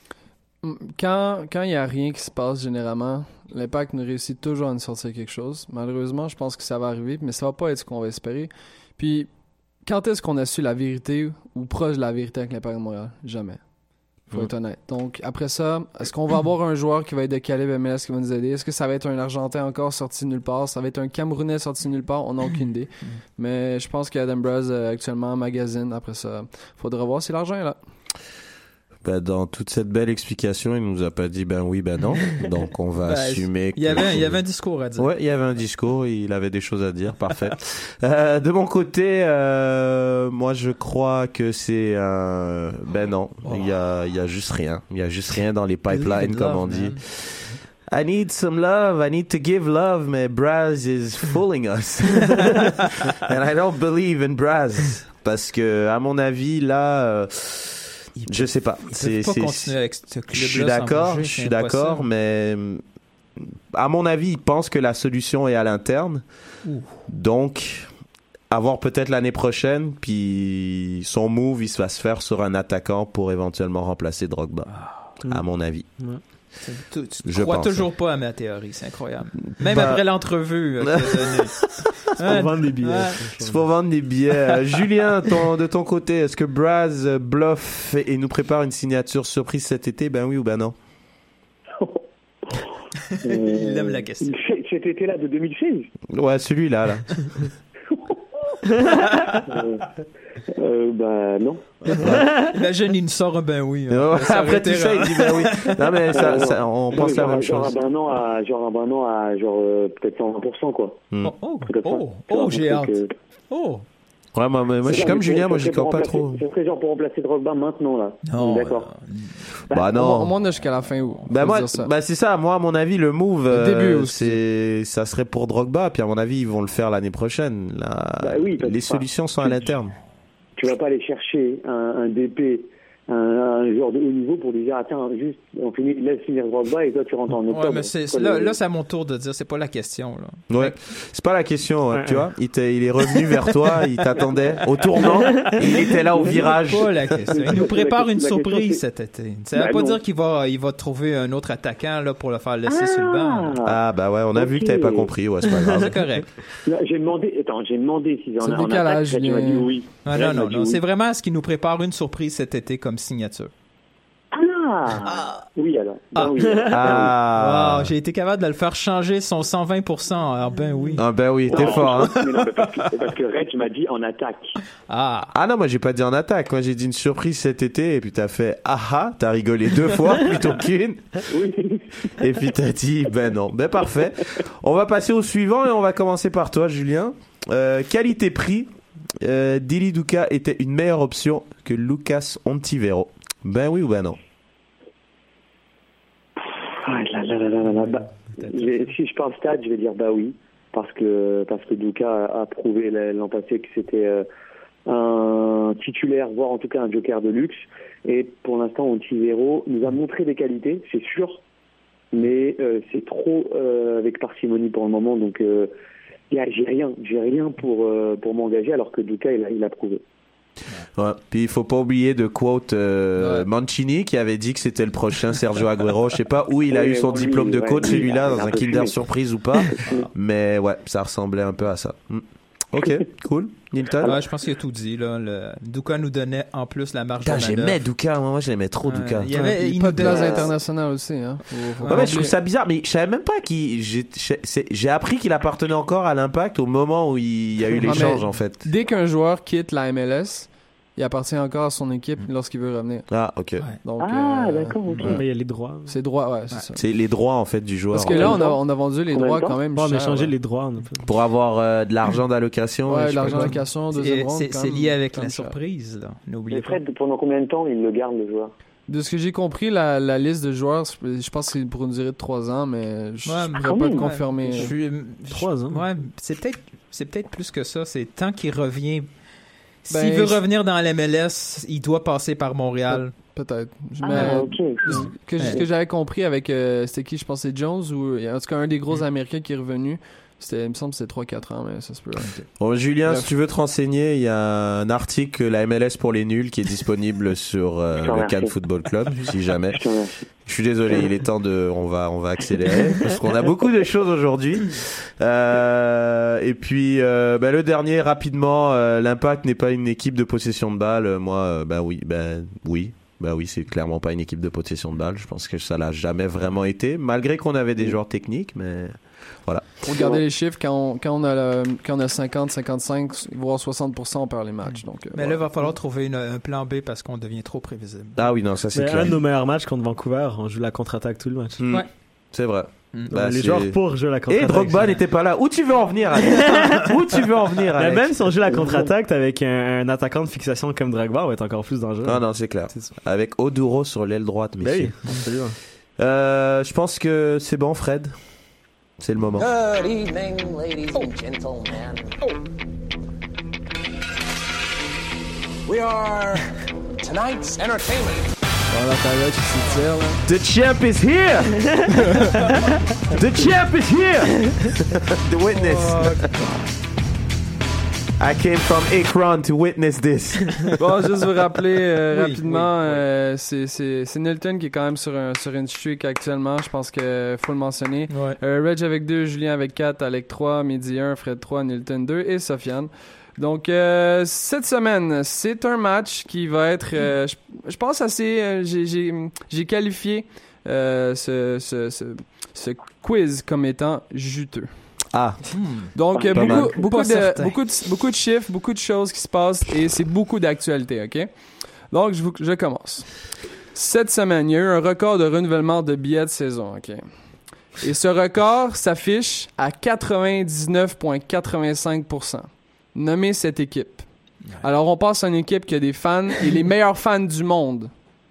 Quand quand il y a rien qui se passe généralement, l'Impact ne réussit toujours à nous sortir quelque chose. Malheureusement, je pense que ça va arriver, mais ça va pas être ce qu'on va espérer. Puis, quand est-ce qu'on a su la vérité ou proche de la vérité avec l'Impact de Montréal? Jamais. Faut Mm. être honnête. Donc, après ça, est-ce qu'on va avoir un joueur qui va être de calibre M L S qui va nous aider? Est-ce que ça va être un Argentin encore sorti de nulle part? Ça va être un Camerounais sorti de nulle part? On n'a aucune idée. Mais je pense qu'Adam Braz, euh, actuellement, magazine. Après ça, faudra voir si l'argent est là. Ben, dans toute cette belle explication, il nous a pas dit ben oui, ben non. Donc, on va Ben, assumer. Il y, avait, il y avait un discours à dire. Ouais, il y avait un discours, il avait des choses à dire, parfait. euh, de mon côté, euh, moi je crois que c'est un... Ben non, il y a, il y a juste rien. Il y a juste rien dans les pipelines, comme on dit. I need some love, I need to give love, mais Braz is fooling us. And I don't believe in Braz. Parce que, à mon avis, là... Euh, je sais pas. Ils C'est, peuvent pas c'est, continuer avec ce club-là je suis sans d'accord, bouger, je c'est suis d'accord, impossible. mais à mon avis, il pense que la solution est à l'interne. Ouh. Donc, à voir peut-être l'année prochaine, puis son move, il va se faire sur un attaquant pour éventuellement remplacer Drogba, à mon avis. Ouais. C'est- Tu, tu Je crois pense, toujours pas à ma théorie, c'est incroyable. Même Bah- après l'entrevue. euh, qu'il a donnée. Pour Ouais. vendre des billets. Ouais. C'est pour vendre des billets. Euh, Julien, ton, de ton côté, est-ce que Braz euh, bluffe et, et nous prépare une signature surprise cet été? Ben oui ou ben non? Il aime la question. C- Cet été-là de deux mille seize Ouais, celui-là, là. euh, euh, Bah non. Imagine, il nous sort un ben oui. hein. Ouais, Ça aurait après été tout ça, rare. il dit ben oui. Non, mais ça, ça, on Non, pense mais la genre, même genre chose. un non à genre un non à genre euh, peut-être cent vingt pour cent quoi. Hmm. Oh, oh, Peut-être oh, pas. oh, Donc, j'ai hâte. euh, Oh. Ouais, moi, moi, moi je suis ça, comme mais Julien, ça moi, j'y serait pour crois pas remplacer- trop. Ça serait genre pour remplacer Drogba maintenant là. Non, D'accord. euh, Bah Au, non. au moins, on a jusqu'à la fin. Où, Bah faut moi, dire ça. bah c'est ça. Moi, à mon avis, le move, Le début euh, aussi. c'est, ça serait pour Drogba. Puis à mon avis, ils vont le faire l'année prochaine. Là, Bah oui, parce les que- solutions sont à tu- l'interne. Tu vas pas aller chercher un, un D P, un, un joueur de haut niveau pour lui dire ah, tiens juste on finit laisse finir Drogba et toi tu rentres en octobre. ouais, mais c'est, c'est- là, là, c'est à mon tour de dire, c'est pas la question. Là. Ouais. C'est pas la question, Ouais, tu ouais. vois. Il, t'est- il est revenu vers toi, il t'attendait au tournant. Il était là au virage. Pas la question. Il nous prépare une La question, surprise c'est- cet été. Ça veut Bah, pas non. dire qu'il va, il va trouver un autre attaquant là, pour le faire laisser sur le banc. Ah bah ouais, on a Ok. vu que t'avais pas compris. Ouais, c'est pas grave. C'est correct. Là, j'ai demandé, attends, j'ai demandé si C'est en, le en décalage, attaque, tu m'as dit Julien. oui. Ah, Red non, m'a non, dit non. oui. C'est vraiment ce qui nous prépare une surprise cet été comme signature. Ah, oui alors. Ben Ah. oui. Ah. Wow, j'ai été capable de le faire changer son cent vingt pour cent. Ah ben oui. Ah ben oui, t'es Non, fort. Hein. mais non, mais parce que, parce que Red m'a dit en attaque. Ah. Ah non, moi j'ai pas dit en attaque. Moi j'ai dit une surprise cet été et puis t'as fait ah ah, t'as rigolé deux fois plutôt qu'une. Oui. Et puis t'as dit ben non. Ben parfait. On va passer au suivant et on va commencer par toi, Julien. Euh, qualité-prix. Euh, Dili Duka était une meilleure option que Lucas Ontivero. Ben oui ou ben non? Ah, là, là, là, là, là, là. Bah, je vais- si je parle stade, je vais dire bah oui, parce que parce que Duka a, a prouvé l'an passé que c'était euh, un titulaire, voire en tout cas un joker de luxe. Et pour l'instant, Ontivero nous a montré des qualités, c'est sûr, mais euh, c'est trop euh, avec parcimonie pour le moment. Donc euh, y a, j'ai rien, j'ai rien pour euh, pour m'engager alors que Douka il a, il a prouvé. Ouais. Puis il faut pas oublier de quote euh, Ouais. Mancini qui avait dit que c'était le prochain Sergio Agüero. Je sais pas où il a Ouais, eu son lui, diplôme de ouais, coach lui, celui-là, il a dans un un peu Kinder fumé. Surprise ou pas. Mais ouais, ça ressemblait un peu à ça. Mm. Ok, cool. Nilton. Ouais, je pense qu'il a tout dit. Là. Le... Douka nous donnait en plus la marge de Putain, manœuvre. j'aimais Douka, moi je l'aimais trop Ouais, Douka. il y avait- Il il n'y a pas nous de place donnait- internationale aussi. Hein. Faut, faut Ouais, pas ouais, je trouve oublier. ça bizarre, mais je savais même pas qu'il. J'ai, j'ai, j'ai appris qu'il appartenait encore à l'Impact au moment où il y a eu Ah, mais l'échange en fait. Dès qu'un joueur quitte la M L S, il appartient encore à son équipe lorsqu'il veut revenir. Ah, ok. Ouais. Donc, Ah, euh, d'accord, ok. Mais il y a les droits. c'est droit, ouais, c'est Ouais. ça. C'est les droits en fait du joueur. Parce que en là, fait. on a, on a vendu les Combien de droits temps? quand même Bon, on a cher, changé ouais. les droits. On a fait. Pour avoir euh, de l'argent d'allocation. Ouais, je sais pas l'argent quoi. d'allocation, C'est- deuxième ronde. C'est quand c'est même, lié avec quand la même cher. surprise. Là. Mais N'oubliez pas. Fred, pendant combien de temps il le garde, le joueur? De ce que j'ai compris, la, la liste de joueurs, je je pense que c'est pour une durée de trois ans, mais je Ouais, ne mais pourrais quand pas même, te ouais. confirmer. Je suis- Trois ans. Ouais, c'est peut-être c'est peut-être plus que ça. C'est tant qu'il revient. Ben, S'il veut je- revenir dans l'M L S, il doit passer par Montréal. Peut-être. Je- Ah, mais, ok. ce que, ce que j'avais compris avec, euh, c'était qui, je pense que c'est Jones, ou en tout cas un des gros Américains qui est revenu. C'était, il me semble que c'était trois quatre ans, mais ça se peut. Bon, Julien, Bref. si tu veux te renseigner, il y a un article La M L S pour les nuls qui est disponible sur euh, Je te le remercie. Cannes Football Club, si jamais. Je te remercie. Je suis désolé, il est temps de, on va, on va accélérer parce qu'on a beaucoup de choses aujourd'hui. Euh, et puis, euh, ben, le dernier rapidement, euh, l'Impact n'est pas une équipe de possession de balle. Euh, Moi, euh, ben oui, ben oui. Ben oui, c'est clairement pas une équipe de possession de balle. Je pense que ça l'a jamais vraiment été, malgré qu'on avait des joueurs techniques, mais voilà. Regardez les chiffres, quand on, quand on a, le- quand on a cinquante, cinquante-cinq, voire soixante pour cent, on perd les matchs. Donc, euh, Mais là, voilà. il va falloir trouver une- un plan B parce qu'on devient trop prévisible. Ah oui, non, ça c'est C'est clair. un de nos meilleurs matchs contre Vancouver. On joue la contre-attaque tout le match. Hmm. Ouais. C'est vrai. Mm. Bah, les c'est- joueurs pour jouer la Et contre-attaque. Drogba n'était pas là. Où tu veux en venir, Alex? Où tu veux en venir, Mais Alex? même si on joue la contre-attaque avec un, un attaquant de fixation comme Drogba, on va être encore plus dangereux. Non, non, c'est clair. C'est sûr. Avec Oduro sur l'aile droite, Ben messieurs. oui, absolument. Euh, je pense que c'est bon, Fred. C'est le moment. Good evening, ladies and gentlemen. We are tonight's entertainment. Voilà, t'as là, tu sais dire, là. The champ is here! The champ is here! The witness. I came from Akron to witness this. Bon, juste vous rappeler euh, Oui, rapidement, oui, oui. euh, c'est, c'est, c'est Nilton qui est quand même sur, un, sur une streak actuellement. Je pense qu'il faut le mentionner. Ouais. Euh, Reg avec deux, Julien avec quatre, Alec trois, Mehdi un, Fred trois, Nilton deux et Sofiane. Donc, euh, cette semaine, c'est un match qui va être, euh, je, je pense, assez... euh, j'ai, j'ai, j'ai qualifié euh, ce, ce, ce, ce quiz comme étant juteux. Ah, Donc, euh, Pas mal. beaucoup, beaucoup, Pas de, certain. beaucoup, de, beaucoup de chiffres, beaucoup de choses qui se passent et c'est beaucoup d'actualité, OK? Donc, je, vous, je commence. Cette semaine, il y a eu un record de renouvellement de billets de saison, OK? Et ce record s'affiche à quatre-vingt-dix-neuf virgule quatre-vingt-cinq pour cent. Nommez cette équipe. Alors, on passe à une équipe qui a des fans et les meilleurs fans du monde.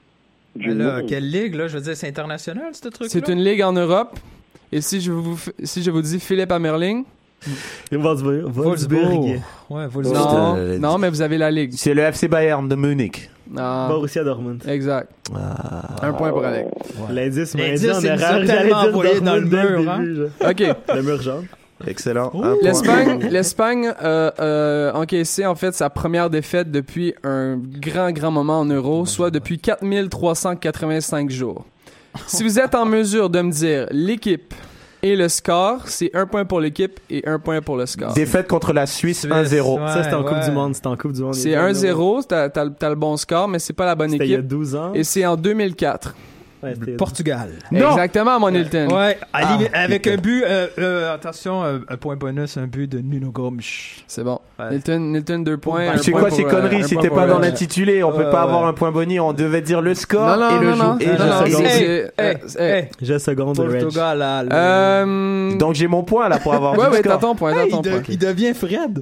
Du Mais là, monde. quelle ligue, là? Je veux dire, c'est international, ce truc-là? C'est une ligue en Europe. Et si je vous, si je vous dis Philippe Amerling, Et Wolfsburg. Wolfsburg. Wolfsburg. Ouais, Wolfsburg. non, euh, non, mais vous avez la ligue. c'est le F C Bayern de Munich. Non. Borussia Dortmund. Exact. Ah. Un point pour Alec. L'indice m'a L'indice, dit en il nous a erreur. tellement J'allais dire envoyé dans Dortmund le dès mur, hein. début, genre. OK. Le mur jaune. Excellent. Un point. L'Espagne, l'Espagne euh, euh, encaissé en fait sa première défaite depuis un grand, grand moment en euros, soit depuis quatre mille trois cent quatre-vingt-cinq jours. Si vous êtes en mesure de me dire l'équipe et le score, c'est un point pour l'équipe et un point pour le score. Défaite contre la Suisse, un zéro. Ouais, Ça, c'était en Coupe ouais. du Monde. C'était en Coupe du Monde. C'est un zéro, t'as, t'as, t'as le bon score, mais c'est pas la bonne C'était il y a équipe. douze ans. Et c'est en deux mille quatre. Ouais, c'était- Portugal. Non! Exactement, mon Hilton. Ouais, à Ah, limite- avec putain. un but, euh, euh, attention, euh, un point bonus, un but de Nuno Gomes. C'est bon. Ouais. Nilton, Nilton, deux points. Bah, un C'est point quoi pour, ces euh, conneries? un C'était point pas pour dans Reg. l'intitulé. On peut Ouais, pas ouais. avoir un point boni. On devait dire le score Non, non, et non, le non, jour. non, Et non, je non, sais- c'est- Hey, c'est- hey, euh, hey. J'ai seconde de Reg. Portugal, là. le- Euh... Donc j'ai mon point là pour avoir Ouais, dit le ouais, t'as score. ton point, t'as Hey, ton il, de- point. il devient Fred.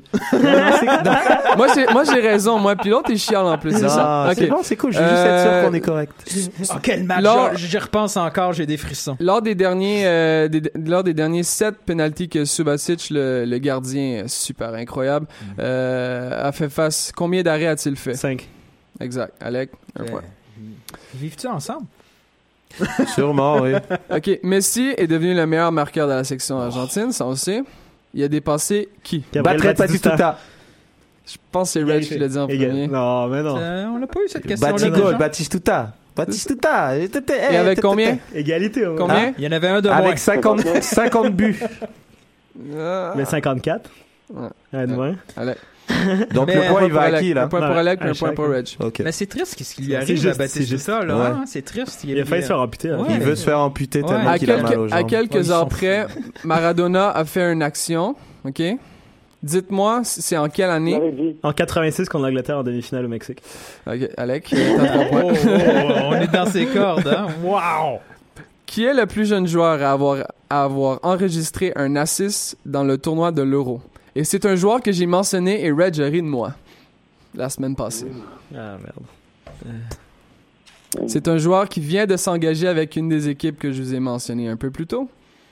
moi, j'ai, moi, j'ai raison, moi, puis l'autre, il chiale en plus, c'est ça? Non, Ok. c'est bon, c'est cool. Je veux juste être Euh, sûr qu'on est correct. Oh, quel match. Lors- J'y j'y repense encore, j'ai des frissons. Lors des derniers, euh, des- lors des derniers sept penalties que Subasic, le, le gardien super incroyable, euh, a fait face, combien d'arrêts a-t-il fait? cinq. Exact. Alec, un point. Vivent-tu ensemble? Sûrement, oui. Ok, Messi est devenu le meilleur marqueur de la section argentine, ça on sait. il a dépassé qui? Gabriel Batterait Batistuta. Batistuta. Je pense que c'est Reg qui l'a dit en Égal. premier. Non, mais non. Euh, on n'a pas eu cette question-là. Batigol, déjà. Batistuta. Batistuta. Et avec combien? Égalité, au moins. Combien? Il y en avait un de moins. Avec cinquante, cinquante buts. Ah. Mais cinquante-quatre. Ouais. Un de moins. Allez. Donc Mais le un point, point il va pour à Alec, qui, là? Un point pour Ouais, Alec, un un point chacun. pour Reg. Ok. Mais c'est triste ce qui lui C'est arrive juste, à c'est Baptiste juste. ça, là. Ouais. hein. C'est triste. Il a failli se faire amputer. hein. Ouais. Il veut se faire amputer Ouais. tellement À qu'il a quelques, mal aux à jambes. quelques Ouais, ils heures sont près, Maradona a fait une action, ok? Dites-moi, c'est en quelle Je année? l'avais dit. En quatre-vingt-six contre l'Angleterre en demi-finale au Mexique. Ok, Alec, euh, t'as trois Oh, points. oh, oh, on est dans ses cordes, hein? Wow! Qui est le plus jeune joueur à avoir, à avoir enregistré un assist dans le tournoi de l'Euro? Et c'est un joueur que j'ai mentionné et Reg a ri de moi la semaine passée. Ah, merde. C'est un joueur qui vient de s'engager avec une des équipes que je vous ai mentionnées un peu plus tôt.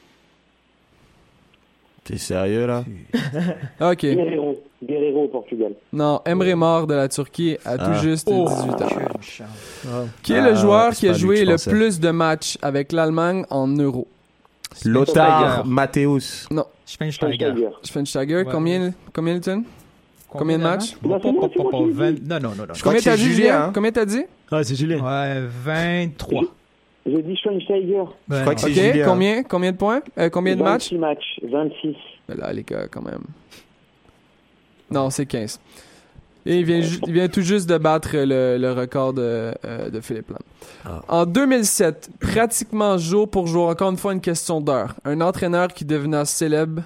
T'es sérieux, là? Ok. Guerrero. Guerrero au Portugal. Non, Emre Mor de la Turquie a Ah. tout juste Oh, dix-huit ans. quelle chance. Ah. Qui est Ah, le joueur ouais, c'est qui a pas lui que joué je le pensais. plus de matchs avec l'Allemagne en Euro? Lothar Matthäus. Schweinsteiger. Schweinsteiger. Schweinsteiger, Ouais. combien, combien, Hilton? Combien de matchs? Non, c'est moi, c'est moi, c'est moi. vingt Non, non, non, non. Je crois Combien que t'as c'est dit, Julien, Julien? hein? Combien t'as dit? Ah, c'est Julien. Ouais, vingt-trois. J'ai dit Schweinsteiger. Je crois que c'est Ok, Julien. combien, combien de points? Euh, combien de matchs? vingt-six matchs. vingt-six. Ben là, les gars, quand même. Non, c'est quinze. Et il vient, ju- il vient tout juste de battre le, le record de, euh, de Philippe Lam. Ah. En deux mille sept, pratiquement jour pour jour, encore une fois une question d'heure, un entraîneur qui devenait célèbre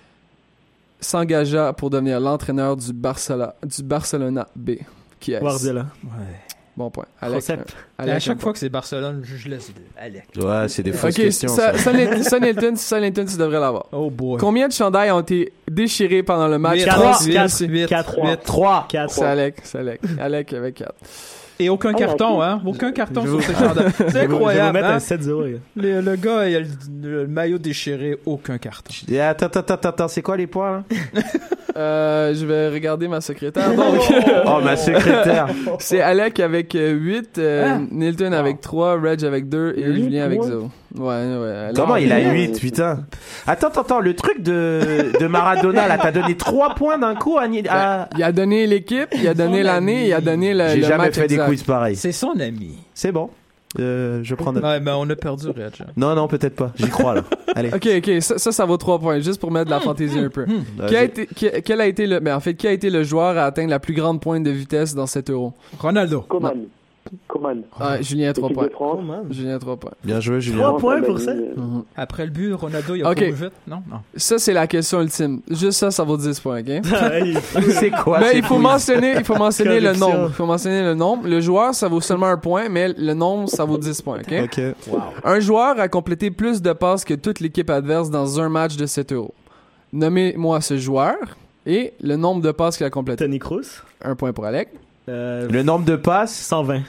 s'engagea pour devenir l'entraîneur du, Barcela- du Barcelona B. Qui est Guardiola. Ouais. Bon point. Alec, Josep. euh, À Alec, un chaque point. fois que c'est Barcelone, je je laisse Alec. Ouais, c'est des fausses Ok, questions, ça, ça. ça, Hilton, ça, Hilton, ça, Hilton, tu devrais l'avoir. Oh boy. Combien de chandails ont été déchirés pendant le match? Huit. Trois. Huit. Merci. Huit. quatre, Huit. trois. quatre. C'est Alec, c'est Alec. Alec avec quatre. Et aucun Ah, carton, ok. hein? Aucun carton Je sur vous- ce chandail. C'est Je vais vous incroyable, mettre hein? un sept zéro, les gars. Le, le gars, il a le, le maillot déchiré, aucun carton. Et attends, attends, attends, attends, c'est quoi les points, là? Euh, je vais regarder ma secrétaire. Donc, Oh, ma secrétaire. c'est Alec avec huit, Ah. Nilton avec trois, Reg avec deux et Huit, Julien avec moi. zéro. Ouais, ouais. Alec- Comment il a Ouais. huit, putain? Attends, attends, attends, le truc de, de Maradona, là, t'as donné trois points d'un coup à, Ni- à- Il a donné l'équipe, il a donné Son l'année, il a donné le, J'ai le jamais match fait des exact. quiz pareils. C'est son ami. C'est bon. Euh, je prends note. Ouais, mais on a perdu, Reg. Non, non, peut-être pas. J'y crois, là. Allez. Ok, ok, ça, ça, ça vaut trois points, juste pour mettre de la fantaisie un peu. Qui a Vas-y. été, qui, quel a été le, ben en fait, qui a été le joueur à atteindre la plus grande pointe de vitesse dans cet euro? Ronaldo. Coman. Coman. Ah, Julien a trois Équipe points. de France. Julien a trois points. Bien joué, Julien. Trois points pour ça? Mhm. Après le but, Ronaldo, il a Ok. couru vite. Non, non. Ça, c'est la question ultime. Juste ça, ça vaut dix points, ok? Ah, il- C'est quoi? Mais ces il faut quiz? mentionner, il faut mentionner le Corruption. nombre. Il faut mentionner le nombre. Le joueur, ça vaut seulement un point, mais le nombre, ça vaut dix points, ok? Ok. Un joueur a complété plus de passes que toute l'équipe adverse dans un match de sept euros. Nommez-moi ce joueur et le nombre de passes qu'il a complété. Tony Kroos. Un point pour Alec. Euh, Le nombre de passes? cent vingt.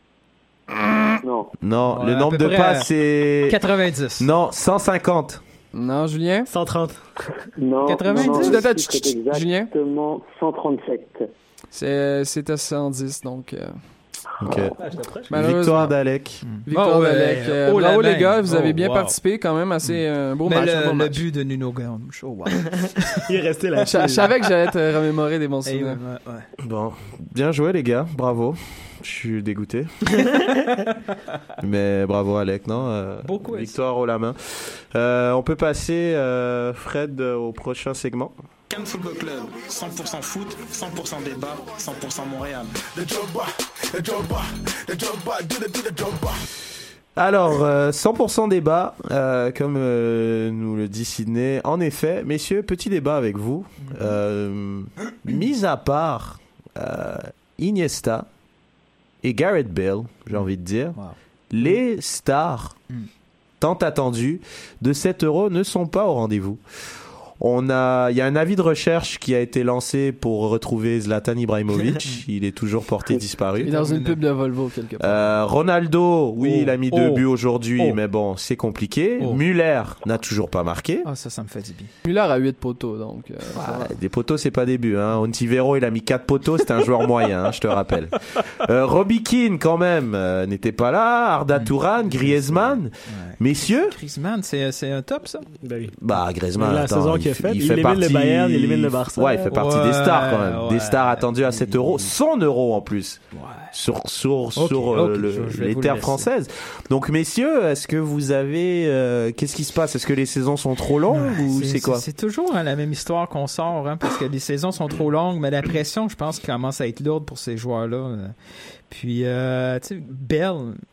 Non. Non, Ouais, le à nombre peu de près, passes, c'est... quatre-vingt-dix. Non, cent cinquante. Non, Julien? cent trente. Non. quatre-vingt-dix. non, non, Tu le t'attaches, chiffre est chut, chut, Julien? exactement cent trente-sept. C'est, c'est à cent dix, donc... euh, Ok. malheureusement. Victoire d'Alec. Victoire Oh, ouais. d'Alec. Euh, Oh, la bravo les main. gars, vous avez Oh, bien wow. participé quand même. Assez euh, beau Mais match. un le, beau le match. but de Nuno Gomes. Oh, wow. Il est resté là. Je je savais que j'allais te remémorer des bons Hey, souvenirs. ouais, ouais. Bon, bien joué les gars, bravo. Je suis dégoûté. Mais bravo Alec, non euh, Beau quiz. Victoire haut la main. Euh, on peut passer, euh, Fred, euh, au prochain segment. Cannes Football Club, cent pour cent foot, cent pour cent débat, cent pour cent Montréal. Alors, euh, cent pour cent débat, euh, comme euh, nous le dit Sydney. En effet, messieurs, petit débat avec vous. Euh, mis à part euh, Iniesta et Gareth Bale, j'ai envie de dire, Wow. les stars Mm. tant attendues de cet euro ne sont pas au rendez-vous. On a, il y a un avis de recherche qui a été lancé pour retrouver Zlatan Ibrahimovic. Il est toujours porté Il est disparu. dans une pub de Volvo quelque part. Euh, Ronaldo, oui, Oh, il a mis deux oh, buts aujourd'hui, oh. mais bon, c'est compliqué. Oh. Müller n'a toujours pas marqué. Ah, ça, ça me fait du bien. Müller a huit poteaux, donc... euh, ça Ah, va. des poteaux, c'est pas des buts. Hein. Ontivero, il a mis quatre poteaux, c'est un joueur moyen, hein, je te rappelle. Euh, Robbie Keane, quand même, euh, n'était pas là. Arda Turan, Griezmann. Ouais. Messieurs, Griezmann, c'est, c'est un top, ça? Ben oui. bah Griezmann, La attends, saison il, qu'il a fait- faite, il il fait élimine partie. le Bayern, il élimine le Barça. Ouais, il fait partie Ouais, des stars quand même, ouais. des stars attendues à sept euros, cent euros en plus, Ouais. sur sur Ok, sur euh, ok, le- je- je vais les vous le terres laisser. françaises. Donc messieurs, est-ce que vous avez, euh, qu'est-ce qui se passe? Est-ce que les saisons sont trop longues Ouais, ou c'est, quoi? C'est toujours hein, la même histoire qu'on sort, hein, parce que les saisons sont trop longues, mais la pression, je pense, commence à être lourde pour ces joueurs-là. euh. Puis, euh, tu sais, Bell,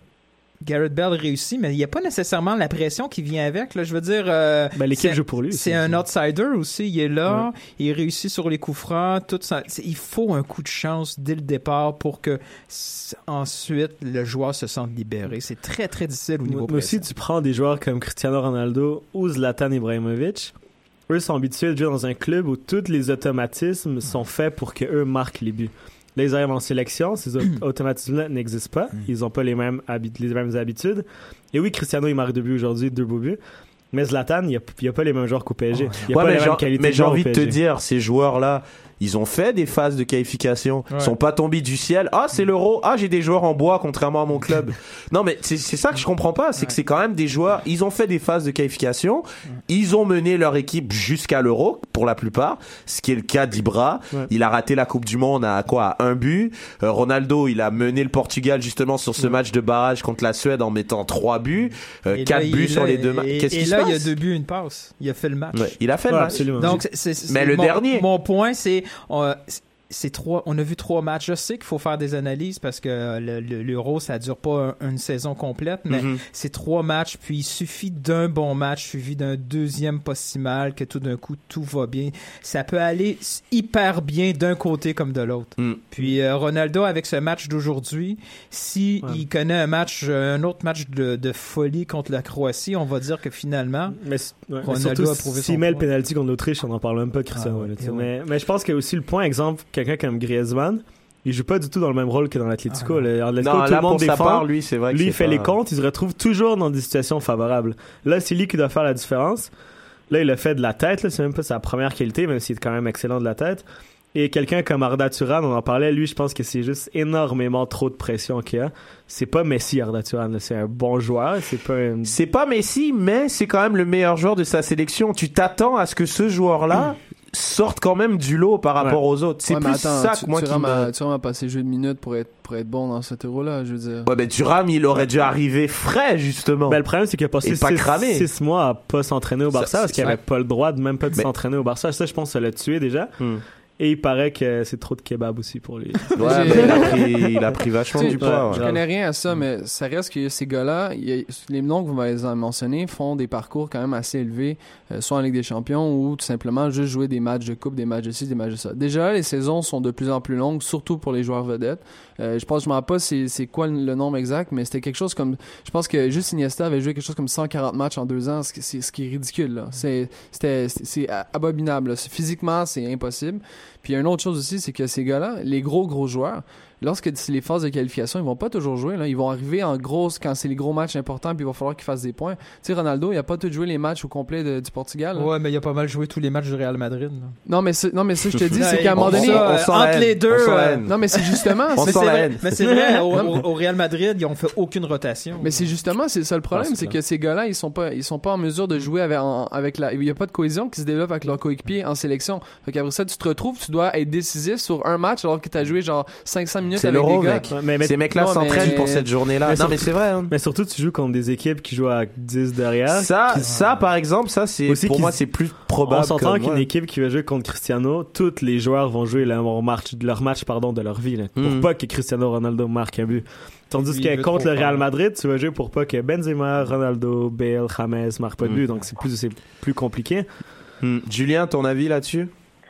Gareth Bell réussit, mais il n'y a pas nécessairement la pression qui vient avec. Là. Je veux dire, euh, Ben, l'équipe c'est, joue pour lui. c'est un outsider aussi. Il est là, il réussit sur les coups francs. Tout ça. C'est- Il faut un coup de chance dès le départ pour que s- ensuite le joueur se sente libéré. C'est très, très difficile au niveau Moi aussi, pression. tu prends des joueurs comme Cristiano Ronaldo ou Zlatan Ibrahimovic. Eux sont habitués de jouer dans un club où tous les automatismes sont faits pour qu'eux marquent les buts. Là, ils arrivent en sélection, ces au- automatismes-là n'existent pas. Ils n'ont pas les mêmes, habi- les mêmes habitudes. Et oui, Cristiano, il marque deux buts aujourd'hui, deux beaux buts. Mais Zlatan, il n'y a, a pas les mêmes joueurs qu'au P S G. Il n'y a Ouais, pas mais la j'ai, même qualité mais de j'ai joueur au envie de te P S G. dire, ces joueurs-là, ils ont fait des phases de qualification. Ils Ouais. sont pas tombés du ciel. Ah, c'est l'Euro. Ah, j'ai des joueurs en bois, contrairement à mon club. Non, mais c'est, c'est ça que je comprends pas. C'est Ouais. que c'est quand même des joueurs. Ils ont fait des phases de qualification. Ils ont mené leur équipe jusqu'à l'Euro, pour la plupart. Ce qui est le cas d'Ibra. Ouais. Il a raté la Coupe du Monde à quoi? À un but. Euh, Ronaldo, il a mené le Portugal justement sur ce match de barrage contre la Suède en mettant trois buts. Euh, Et quatre là, il- buts et sur là- les deux matchs. Et, Qu'est-ce et qui se là, passe? il y a deux buts, une passe. Il a fait le match. Ouais, il a fait le Ouais, match. absolument. Donc, c'est, c'est- c'est- Mais le mon, dernier. Mon point, c'est, euh, c'est trois, on a vu trois matchs. Je sais qu'il faut faire des analyses parce que le, le- l'Euro, ça dure pas un- une saison complète, mais Mhm. c'est trois matchs, puis il suffit d'un bon match suivi d'un deuxième pas si mal que tout d'un coup, tout va bien. Ça peut aller hyper bien d'un côté comme de l'autre. Mm. Puis euh, Ronaldo, avec ce match d'aujourd'hui, si Ouais. il connaît un match, un autre match de, de folie contre la Croatie, on va dire que finalement, Mais, c- ouais, mais Ronaldo surtout, a prouvé s'il son met le point. penalty contre l'Autriche, on n'en parle même pas de Cristiano. Ah ouais, là, tu et sais. ouais. mais, mais je pense qu'il y a aussi le point, exemple, quelqu'un comme Griezmann, il joue pas du tout dans le même rôle que dans l'Atlético. Ah, là. En Atlético, Non, tout là, le monde pour sa défend. part, lui, c'est vrai que Lui, c'est il fait pas- les comptes, il se retrouve toujours dans des situations favorables. Là, c'est lui qui doit faire la différence. Là, il a fait de la tête, là, c'est même pas sa première qualité, même s'il est quand même excellent de la tête. Et quelqu'un comme Arda Turan, on en parlait, lui, je pense que c'est juste énormément trop de pression qu'il y a. C'est pas Messi, Arda Turan, là. C'est un bon joueur, c'est pas un... C'est pas Messi, mais c'est quand même le meilleur joueur de sa sélection. Tu t'attends à ce que ce joueur-là sorte quand même du lot par rapport Ouais. aux autres. C'est Ouais, mais plus attends, ça tu, que moi tu qui rames à- me... tu rames à passer jeu de minutes pour être, pour être bon dans cet euro-là, je veux dire. Ouais, ben Thuram, il aurait dû arriver frais, justement. Ben, le problème, c'est qu'il a passé Et pas six, cramé. six mois à pas s'entraîner au Ça, Barça parce c'est- qu'il avait ouais. pas le droit de même pas de Mais- s'entraîner au Barça. Ça, je pense, ça l'a tué déjà. Hmm. Et il paraît que c'est trop de kebab aussi pour lui. Ouais, J'ai- mais il a pris, il a pris vachement Tu sais, du poids. Je ouais. connais rien à ça, mais ça reste que ces gars-là, il y a- les noms que vous m'avez mentionnés font des parcours quand même assez élevés, euh, soit en Ligue des Champions ou tout simplement juste jouer des matchs de coupe, des matchs de ci, des matchs de ça. Déjà, les saisons sont de plus en plus longues, surtout pour les joueurs vedettes. Euh, je pense, je m'en rappelle pas c'est, c'est quoi le nombre exact, mais c'était quelque chose comme, je pense que juste Iniesta avait joué quelque chose comme cent quarante matchs en deux ans, ce qui, c'est, ce qui est ridicule, là. C'est, c'était, c'est, c'est abominable, là. C'est- physiquement, c'est impossible. Puis il y a une autre chose aussi, c'est que ces gars-là, les gros gros joueurs, lorsque c'est les phases de qualification, ils vont pas toujours jouer. Là. Ils vont arriver en grosse quand c'est les gros matchs importants, puis il va falloir qu'ils fassent des points. Tu sais, Ronaldo, il a pas tout joué les matchs au complet de- du Portugal. là. ouais, mais il a pas mal joué tous les matchs du Real Madrid. là. Non, mais c'est, non, mais ça, je te dis, c'est Ouais, qu'à un moment on donné. sent- on sent la entre haine. les deux, On sent la euh, haine. Non, mais c'est justement. On c'est, sent c'est la vrai, haine. mais c'est vrai, au, au- au Real Madrid, ils ont fait aucune rotation. Mais c'est justement, c'est ça le problème, Ah, c'est c'est ça. que ces gars-là, ils sont pas, ils sont pas en mesure de jouer avec, en- avec la, il y a pas de cohésion qui se développe avec leurs coéquipiers en sélection. Fait qu'après ça, tu te retrouves, tu dois être décisif sur un match alors que t'as joué genre cinq cents minutes C'est avec l'Euro, des gars. mec. Ouais, mais, mais, Ces mecs-là non, s'entraînent mais- pour cette journée-là. mais Non, surtout- mais c'est vrai. Hein. mais surtout, tu joues contre des équipes qui jouent à dix derrière. Ça, ça, par exemple, ça, c'est Aussi pour qu'ils- moi, c'est plus On probable. s'entend comme- qu'une ouais. équipe qui va jouer contre Cristiano, tous les joueurs vont jouer leur match, leur match pardon, de leur vie, là, pour Mhm. pas que Cristiano Ronaldo marque un but. Tandis Lui, il que veut contre trop le Real faire. Madrid, tu vas jouer pour pas que Benzema, Ronaldo, Bale, James marquent pas de Mhm. but. Donc c'est plus, c'est plus compliqué. Hmm. Julien, ton avis là-dessus?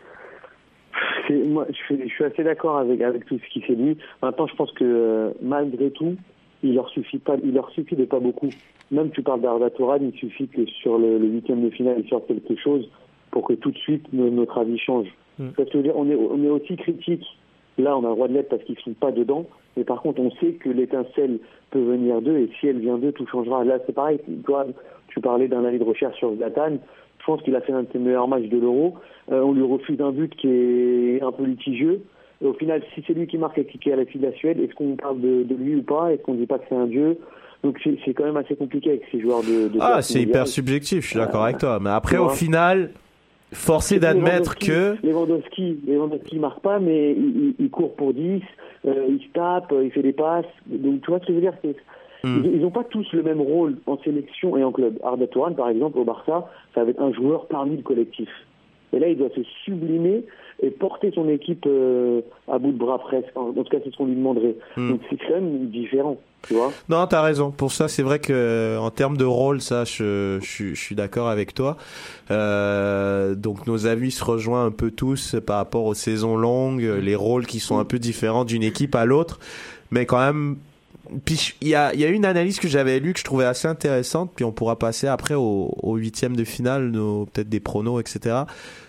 C'est- moi, je suis, je suis assez d'accord avec, avec tout ce qui s'est dit. Maintenant, je pense que euh, malgré tout, il leur suffit pas, il leur suffit de pas beaucoup. Même tu parles d'Arda Turan, il suffit que sur le, le huitième de finale, il sorte quelque chose pour que tout de suite no- notre avis change. Mm. Parce que je veux dire, on est, on est aussi critique. Là, on a le droit de l'être parce qu'ils sont pas dedans. Mais par contre, on sait que l'étincelle peut venir d'eux et si elle vient d'eux, tout changera. Là, c'est pareil. Toi, tu parlais d'un avis de recherche sur Zlatan. Je pense qu'il a fait un de ses meilleurs matchs de l'Euro. Euh, on lui refuse un but qui est un peu litigieux. Et au final, si c'est lui qui marque et qui est à la file de la Suède, est-ce qu'on parle de, de lui ou pas? Est-ce qu'on dit pas que c'est un dieu? Donc c'est, c'est quand même assez compliqué avec ces joueurs de. de Ah, classe c'est mondiale. hyper subjectif, je suis d'accord Euh, avec toi. Mais après, tu au vois. final, forcé d'admettre Lewandowski- que. Lewandowski, Lewandowski marque pas, mais il, il, il court pour dix, euh, il se tape, il fait des passes. Donc tu vois ce que je veux dire, c'est. Mm. Ils n'ont pas tous le même rôle en sélection et en club. Arda Turan, par exemple, au Barça, ça va être un joueur parmi le collectif. Et là, il doit se sublimer et porter son équipe euh, à bout de bras presque. En tout cas, c'est ce qu'on lui demanderait. Mm. Donc c'est quand même différent, tu vois. Non, t'as raison. Pour ça, c'est vrai que en termes de rôle, ça, je, je, je suis d'accord avec toi. Euh, donc, nos avis se rejoignent un peu tous par rapport aux saisons longues, les rôles qui sont un peu différents d'une équipe à l'autre, mais quand même. Puis il y a, il y a une analyse que j'avais lue que je trouvais assez intéressante, puis on pourra passer après au, au huitième de finale, nos, peut-être des pronos, et cetera.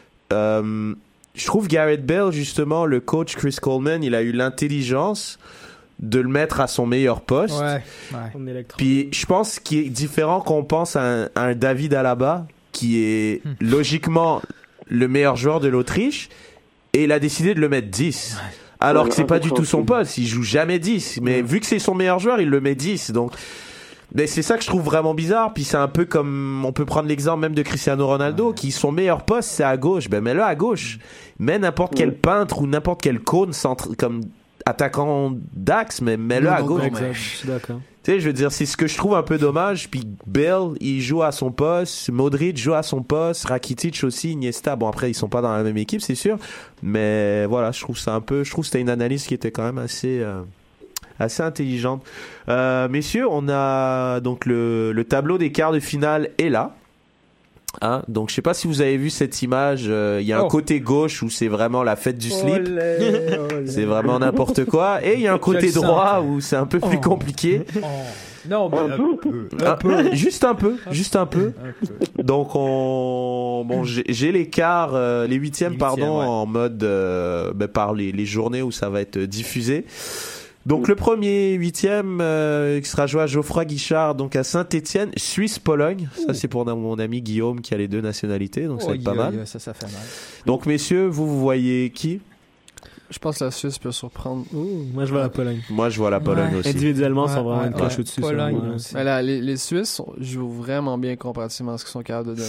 Euh, je trouve Gareth Bale, justement, le coach Chris Coleman, il a eu l'intelligence de le mettre à son meilleur poste. Ouais, ouais. On électron. Puis je pense qu'il est différent qu'on pense à un, à un David Alaba, qui est Hmm. logiquement le meilleur joueur de l'Autriche, et il a décidé de le mettre dix. Alors Ouais, que c'est pas du tout son incompréhensible. poste, il joue jamais dix. Mais vu que c'est son meilleur joueur, il le met dix. Donc, mais c'est ça que je trouve vraiment bizarre. Puis c'est un peu comme, on peut prendre l'exemple même de Cristiano Ronaldo, qui son meilleur poste c'est à gauche. Ben mets-le à gauche. Mets n'importe quel Ouais. peintre ou n'importe quel cône centre, comme attaquant d'axe, mais mets-le à Non, gauche. non, Exact, je suis d'accord. Tu sais, je veux dire, c'est ce que je trouve un peu dommage. Puis Bale, il joue à son poste. Modric joue à son poste. Rakitic aussi. Iniesta. Bon, après, ils sont pas dans la même équipe, c'est sûr. Mais voilà, je trouve ça un peu. Je trouve que c'était une analyse qui était quand même assez, euh, assez intelligente. Euh, messieurs, on a donc le, le tableau des quarts de finale est là. Hein? Donc, je sais pas si vous avez vu cette image. euh, Il y a un Oh. côté gauche où c'est vraiment la fête du slip. Olé, olé. C'est vraiment n'importe quoi. Et il y a un côté le sens. droit où c'est un peu plus Oh. compliqué. Oh. Non, mais Un un peu. peu. Un peu, juste un peu, juste un peu. Un peu. Donc on, bon, j'ai j'ai les quarts, euh, les huitièmes, Les pardon, huitièmes, ouais. en mode euh, ben, par les, les journées où ça va être diffusé. Donc le premier huitième euh, qui sera joué à Geoffroy Guichard, donc à Saint-Étienne, Suisse-Pologne. Ça c'est pour mon ami Guillaume qui a les deux nationalités, donc ça va être pas Oi, mal. oi, oi, Ça, ça fait mal. Donc messieurs, vous vous voyez qui? Je pense que la Suisse peut surprendre. Ouh, moi, je vois la Pologne. Moi je vois la Pologne Ouais. aussi. Individuellement, ils Ouais, sont vraiment ouais, une coche ouais. au-dessus. Pologne selon moi. aussi. Mais là, les, les Suisses sont- jouent vraiment bien comparativement à ce qu'ils sont capables de donner.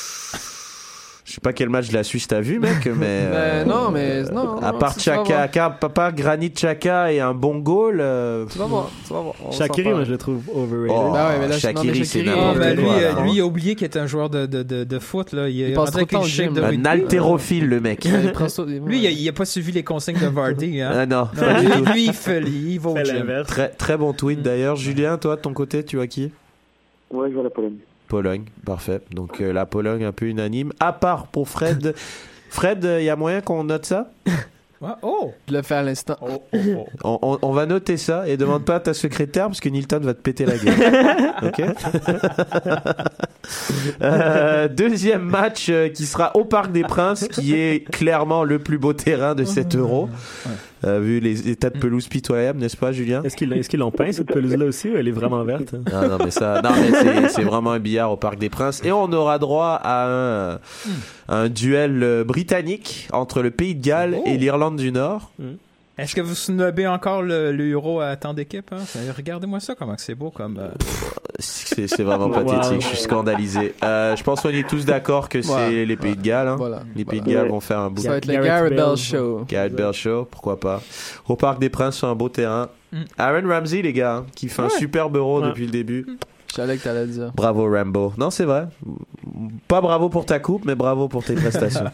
Je sais pas quel match de la Suisse t'as vu, mec, mais. euh, Ben, non, mais non. À non, part tu- tu vas Chaka, voir. Ka- à part Granit Xhaka et un bon goal. euh, Tu vas voir, tu vas voir. on s'en Shaqiri, parle. moi, je le trouve overrated. Oh, Ben ouais, mais là, Shaqiri, non, mais c'est Shaqiri, Ah, n'importe ben quoi. lui, euh, là. lui, il a oublié qu'il est un joueur de, de, de, de foot. Là. Il, Il est passe rendu trop avec de une temps au shape de gym. rugby. Un haltérophile, le mec. Il prend ça- Lui, il a, il a pas suivi les consignes de Vardy. Hein. Ah non, Non, pas du tout. lui, lui, il, fait, il va au Fais gym. l'inverse. Très, très bon tweet d'ailleurs. Julien, toi, de ton côté, tu vois qui? Ouais, je vois la Pologne. Pologne, parfait. Donc euh, la Pologne un peu unanime. À part pour Fred. Fred, il y a moyen qu'on note ça? Ouais. Oh! Je le fais à l'instant. Oh, oh, oh. on, on- on va noter ça et demande pas à ta secrétaire parce que Nilton va te péter la gueule. Ok. Euh, deuxième match euh, qui sera au Parc des Princes, qui est clairement le plus beau terrain de cet Euro, euh, vu les états de pelouse pitoyables, n'est-ce pas, Julien? Est-ce qu'ils est qu'ils l'ont peint, cette pelouse-là aussi, ou elle est vraiment verte? Non, non, mais ça, non, mais c'est, c'est vraiment un billard au Parc des Princes. Et on aura droit à un, un duel euh, britannique entre le Pays de Galles Oh. et l'Irlande du Nord. Est-ce que vous snobez encore le, le Euro à tant d'équipes? Hein? Ça- Regardez-moi ça, comment que c'est beau. Comme, euh, C'est, c'est vraiment Wow. pathétique, je suis scandalisé. Euh, je pense qu'on est tous d'accord que c'est Ouais. les Pays de Galles. Hein. Voilà. Les Pays de Voilà. Galles vont faire un bout. Ça va être le Gareth Gareth Bale. Bell Show. Gareth Bale Show, pourquoi pas. Au Parc des Princes, sur un beau terrain. Mm. Aaron Ramsey, les gars, hein, qui fait un Ouais. superbe Euro Ouais. depuis le début. Je savais que t'allais dire. Bravo Rambo. Non, c'est vrai. Pas bravo pour ta coupe, mais bravo pour tes prestations.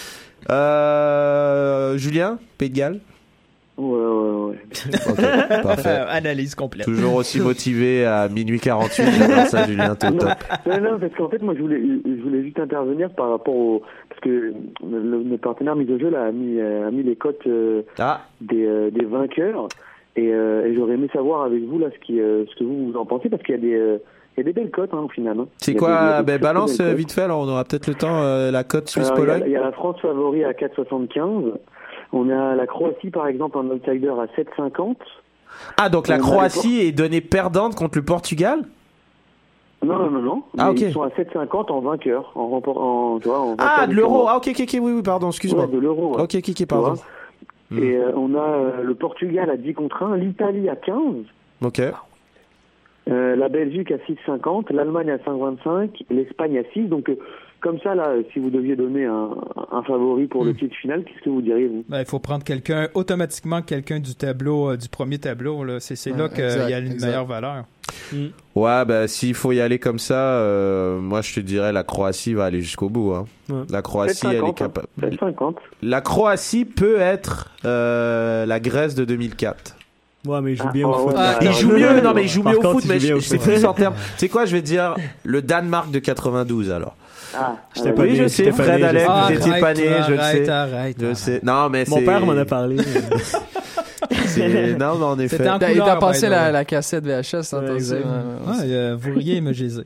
euh, Julien, Pays de Galles. Ouais, ouais, ouais. Ok, parfait. analyse complète. Toujours aussi motivé à minuit quarante-huit. J'adore ça, Julien, t'es au top. Non, non, parce qu'en fait, moi, je voulais, je voulais juste intervenir par rapport au... Parce que le, notre partenaire mise au jeu, là, a mis, euh, a mis les cotes euh, Ah, des, euh, des vainqueurs. Et, euh, et j'aurais aimé savoir avec vous, là, ce, qui, euh, ce que vous, vous en pensez, parce qu'il y a des... euh, il y a des belles cotes, hein, au final. Hein. c'est Il y a des- il y a quoi? des Ben, très, balance très belles euh, cotes. vite fait, alors on aura peut-être le temps. euh, la cote Alors, il, y a, Suisse-Pologne. il y a la France favori à quatre virgule soixante-quinze. On a la Croatie, par exemple, en outsider à sept virgule cinquante. Ah, donc la on a Croatie est donnée perdante contre le Portugal? Non, non, non, non. Ah, Mais ok. Ils sont à sept virgule cinquante en vainqueur. En, remport- en, tu vois, en Ah, vainqueur de du l'euro. tournoi. Ah, ok, ok, ok, oui, oui, pardon, excuse-moi. Ouais, de l'euro. ouais. Ok, ok, ok, Tu pardon. vois. Hmm. Et euh, on a euh, le Portugal à dix contre un, l'Italie à quinze. Ok. Euh, la Belgique à six virgule cinquante, l'Allemagne à cinq virgule vingt-cinq, l'Espagne à six. Donc, euh, comme ça, là, si vous deviez donner un, un favori pour le titre final, qu'est-ce que vous diriez, vous? Ben, il faut prendre quelqu'un, automatiquement quelqu'un du tableau, euh, du premier tableau. Là. C'est, c'est Ouais, là qu'il exact, y a une exact. meilleure valeur. Mm. Ouais, ben s'il faut y aller comme ça, euh, moi je te dirais la Croatie va aller jusqu'au bout. Hein. Ouais. La Croatie, elle est capable. sept cinquante. La Croatie peut être euh, la Grèce de deux mille quatre. Ouais, mais il joue Ah, bien au ouais, foot. ouais, Ah, Il ouais, joue ouais, mieux, ouais, non mais il ouais. joue Par mieux au contre, foot, il mais joue bien je- au c'est foot. plus en termes. Tu sais quoi, je vais dire le Danemark de quatre-vingt-douze alors. Ah, J'étais ah, pas Oui, né, je j'étais sais, pas Fred né, Alex, je sais. vous étiez pas né, je le arrête, sais. arrête, Je arrête. sais. Non, mais Mon c'est- père m'en a parlé. c'est- Non, mais en effet. C'était en Il couleur, t'a by passé the la, way. la cassette V H S, hein, Ouais, t'as dit, exact. ouais, ouais, Ouais, euh, vous riez et me gésez.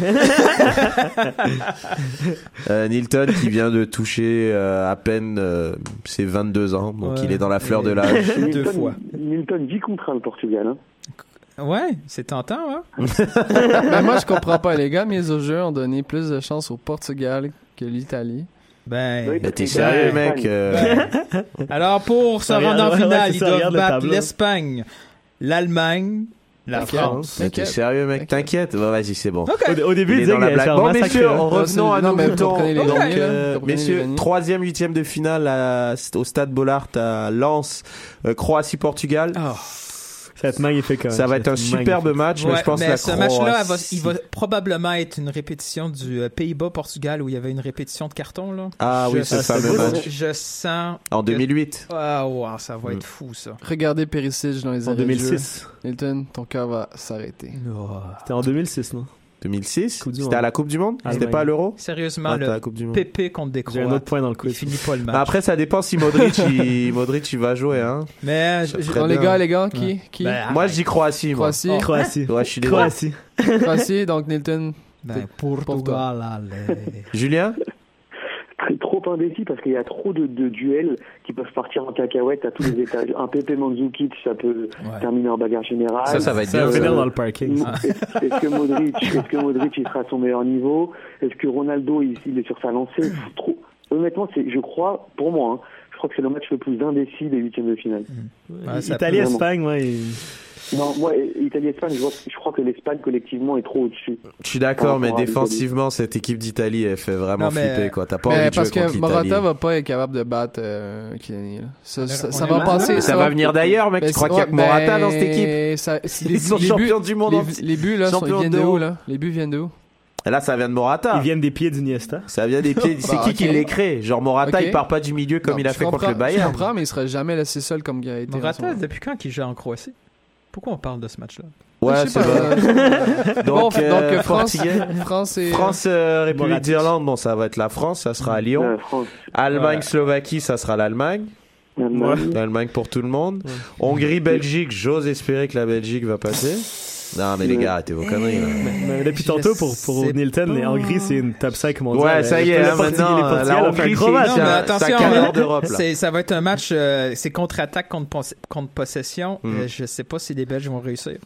Euh, Nilton qui vient de toucher euh, à peine euh, ses vingt-deux ans, donc Ouais. il est dans la fleur Et- de l'âge. Deux Nilton, fois. Nilton dix contre un, le Portugal. Hein. Ouais, c'est tentant, hein? Ben, moi, je comprends pas. Les gars, mes jeux ont donné plus de chance au Portugal que l'Italie. Ben, Oui, Mais t'es Ben, sérieux, ben, mec euh, alors pour se Regarde, rendre en ouais, finale, ouais, c'est ils ça, doivent regarde le battre tableau. l'Espagne, l'Allemagne, la T'inquiète. France. mais t'es T'inquiète. sérieux, mec? T'inquiète? Bon, vas-y, c'est bon. OK. Au, au début, Il il est disait dans la qu'il allait blague. faire Bon, massacrer, messieurs, là. en revenant à Non, nos mais vous moutons. comprenez les Donc, gagnants, là. euh, Vous comprenez les messieurs, gagnants. troisième, huitième de finale à- au Stade Bollaert à Lens, euh, Croatie-Portugal. Ah. Ça va être magnifique. quand même. Ça va être un magnifique. superbe match, mais Ouais, je pense mais que la ce match-là, elle va- Croatie- il va probablement être une répétition du euh, Pays-Bas-Portugal où il y avait une répétition de carton, là. Ah oui, Je- ce Ah, fameux c'était beau, match. Je sens... En que- deux mille huit. Ah, wow, ça va Mm. être fou, ça. Regardez Perisic dans les En arrêts de jeu. deux mille six. Hilton, ton cœur va s'arrêter. C'était en deux mille six, non? deux mille six? Coupe du C'était Monde. à la Coupe du Monde? C'était Allemagne. pas à l'Euro? Sérieusement, Ah, c'était à la le Coupe du Monde. Pépé contre des J'ai un autre Croates. point dans le Il quiz. finit pas le match. Bah après, ça dépend si Modric, il, Modric, il va jouer, hein. Mais je- je- Très Bon, les bien. gars, les gars, qui? Qui? Ben, Moi, je dis Croatie, moi. Croatie. Croatie. Ouais, je suis désolé. Croatie. Croatie, donc Nilton. ben, pour toi. Portugal, allez. Julien? Très- Trop indécis parce qu'il y a trop de, de duels qui peuvent partir en cacahuète à tous les étages. Un Pepe Mandzukic, ça peut Ouais. terminer en bagarre générale. Ça, ça va être Ça va bien. finir ça. dans le parking. Mo- Est-ce est-ce que Modric, est-ce que Modric il sera à son meilleur niveau? Est-ce que Ronaldo il, il est sur sa lancée? Trop. Honnêtement, c'est, je crois, pour moi, hein, je crois que c'est le match le plus indécis des huitièmes de finale. Ouais, ça Italie, peut- Espagne, ouais. il- Non, moi, Italie-Espagne, je, vois- je crois que l'Espagne collectivement est trop au-dessus. Je suis d'accord, Par mais rapport à défensivement, cette équipe d'Italie, elle fait vraiment Non, mais- flipper, quoi. T'as pas Mais envie de jouer parce contre que l'Italie. Morata va pas être capable de battre euh, Kylian. là. Ça, ça, On ça est va mal, passer. là. Ça va venir d'ailleurs, mec. Ben, Tu crois c'est- qu'il y a que ouais, Morata ben, dans cette équipe? ça- c'est- Ils les- sont les champions buts- du monde. Les, en- les buts, là, sont, ils champions viennent de d'Euro. où, là? Les buts viennent de où? Là, ça vient de Morata. Ils viennent des pieds d'Iniesta. Ça vient des pieds. C'est Bah, qui ok. qui les crée? Genre Morata, Ok. il part pas du milieu comme Non, il a je fait contre comprends- le Bayern. Je comprends, mais il sera jamais laissé seul comme il a été. en Morata, ce moment. depuis quand qu'il joue en Croatie? Pourquoi on parle de ce match-là? Ouais, Je sais c'est pas, vrai. euh, Donc, bon, euh, donc euh, France, Portugais. France et France, euh, République Moratic. d'Irlande, bon, ça va être la France, ça sera à Lyon. La France, Allemagne, Ouais. Slovaquie, ça sera l'Allemagne. l'Allemagne. L'Allemagne pour tout le monde. Hongrie, Belgique, j'ose espérer que la Belgique va passer. Non, mais les gars, arrêtez vos conneries, là. Mais depuis Je tantôt, pour, pour sais Nilton, pas. les Hongrie, c'est une top cinq mondiale. Ouais, ça y est, Les hein, Portugais- maintenant, les Portugais la ont fait un Hongrie, gros c'est- match. Non, mais ça- attention, ça calme hors d'Europe, là. C'est, ça va être un match, euh, c'est contre-attaque contre, pos- contre possession. Mm. Euh, je sais pas si les Belges vont réussir.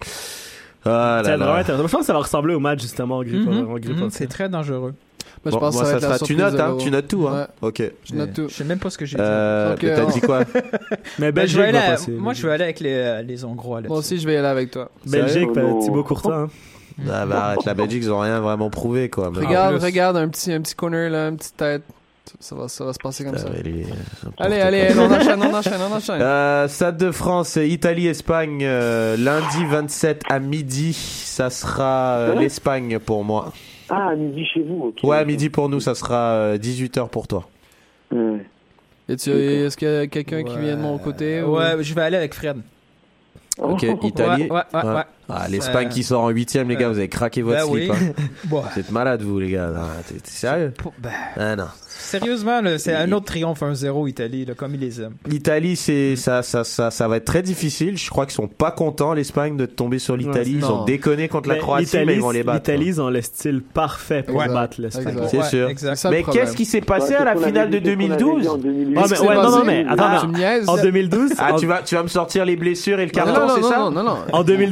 Ah Ça là va vraiment là. être- Je pense que ça va ressembler au match, justement, Hongrie. Mhm, Hongrie- mhm, Portugal. c'est très dangereux. Moi, je Bon, pense moi, que ça, ça va être la sera. Tu surprise notes, de hein? l'Euro. Tu notes tout, hein? Ouais, Ok. je note tout. Je sais même pas ce que j'ai dit. Euh, Donc, t'as euh, dit quoi? Mais Ben, je Belgique vais aller va à- passer. moi, je vais aller avec les, euh, les Hongrois. Là Moi aussi, je vais y aller avec toi. Belgique, Sérieux? ben, Thibaut Courtois. hein. Ah, bah, arrête, la Belgique, ils ont rien vraiment prouvé, quoi. Mais- Regarde, plus. regarde, un petit, un petit corner là, une petite tête. Ça va, ça va se passer comme ça. Putain, mais les- n'importe Allez, quoi. allez, on enchaîne, on enchaîne, on enchaîne. Euh, Stade de France, Italie-Espagne, euh, lundi vingt-sept à midi. Ça sera euh, Ouais. l'Espagne pour moi. Ah, à midi chez vous, ok. Ouais, à midi pour nous, ça sera euh, dix-huit heures pour toi. Ouais. Et tu, est-ce qu'il y a quelqu'un qui vient de mon côté? ou- Ouais, je vais aller avec Fred. Ok, Oh. Italie. Ouais, ouais, ouais, ouais. Ah, l'Espagne Euh, qui sort en huitième, les gars, euh, vous avez craqué votre ben slip. oui. Hein. Bon, Vous êtes malade, vous, les gars. Ah, t'es, t'es sérieux? pour- ben, Ah non. sérieusement, là, c'est un autre triomphe un zéro Italie, là, comme ils les aiment. L'Italie, c'est ça, ça, ça, ça va être très difficile. Je crois qu'ils sont pas contents, l'Espagne, de tomber sur l'Italie. Ouais, Ils non. ont déconné contre la Mais Croatie, l'Italie, mais ils vont les battre. L'Italie, ils ont le style parfait pour Exact. battre l'Espagne. Exact. C'est Ouais, sûr. exact. C'est ça le Mais problème. qu'est-ce qui s'est Ouais, passé c'est à la ce qu'on avait finale de dit- c'est ce qu'on avait dit en deux mille douze? deux mille huit. Ah, mais Qu'est-ce ouais, qui s'est non, non, passé? mais attends, Ah, non. tu me niaises? En deux mille douze, Ah, en, tu vas, tu vas me sortir les blessures et le Non, carton, non, c'est non, ça? non, non, non. en deux mille douze, L'Espagne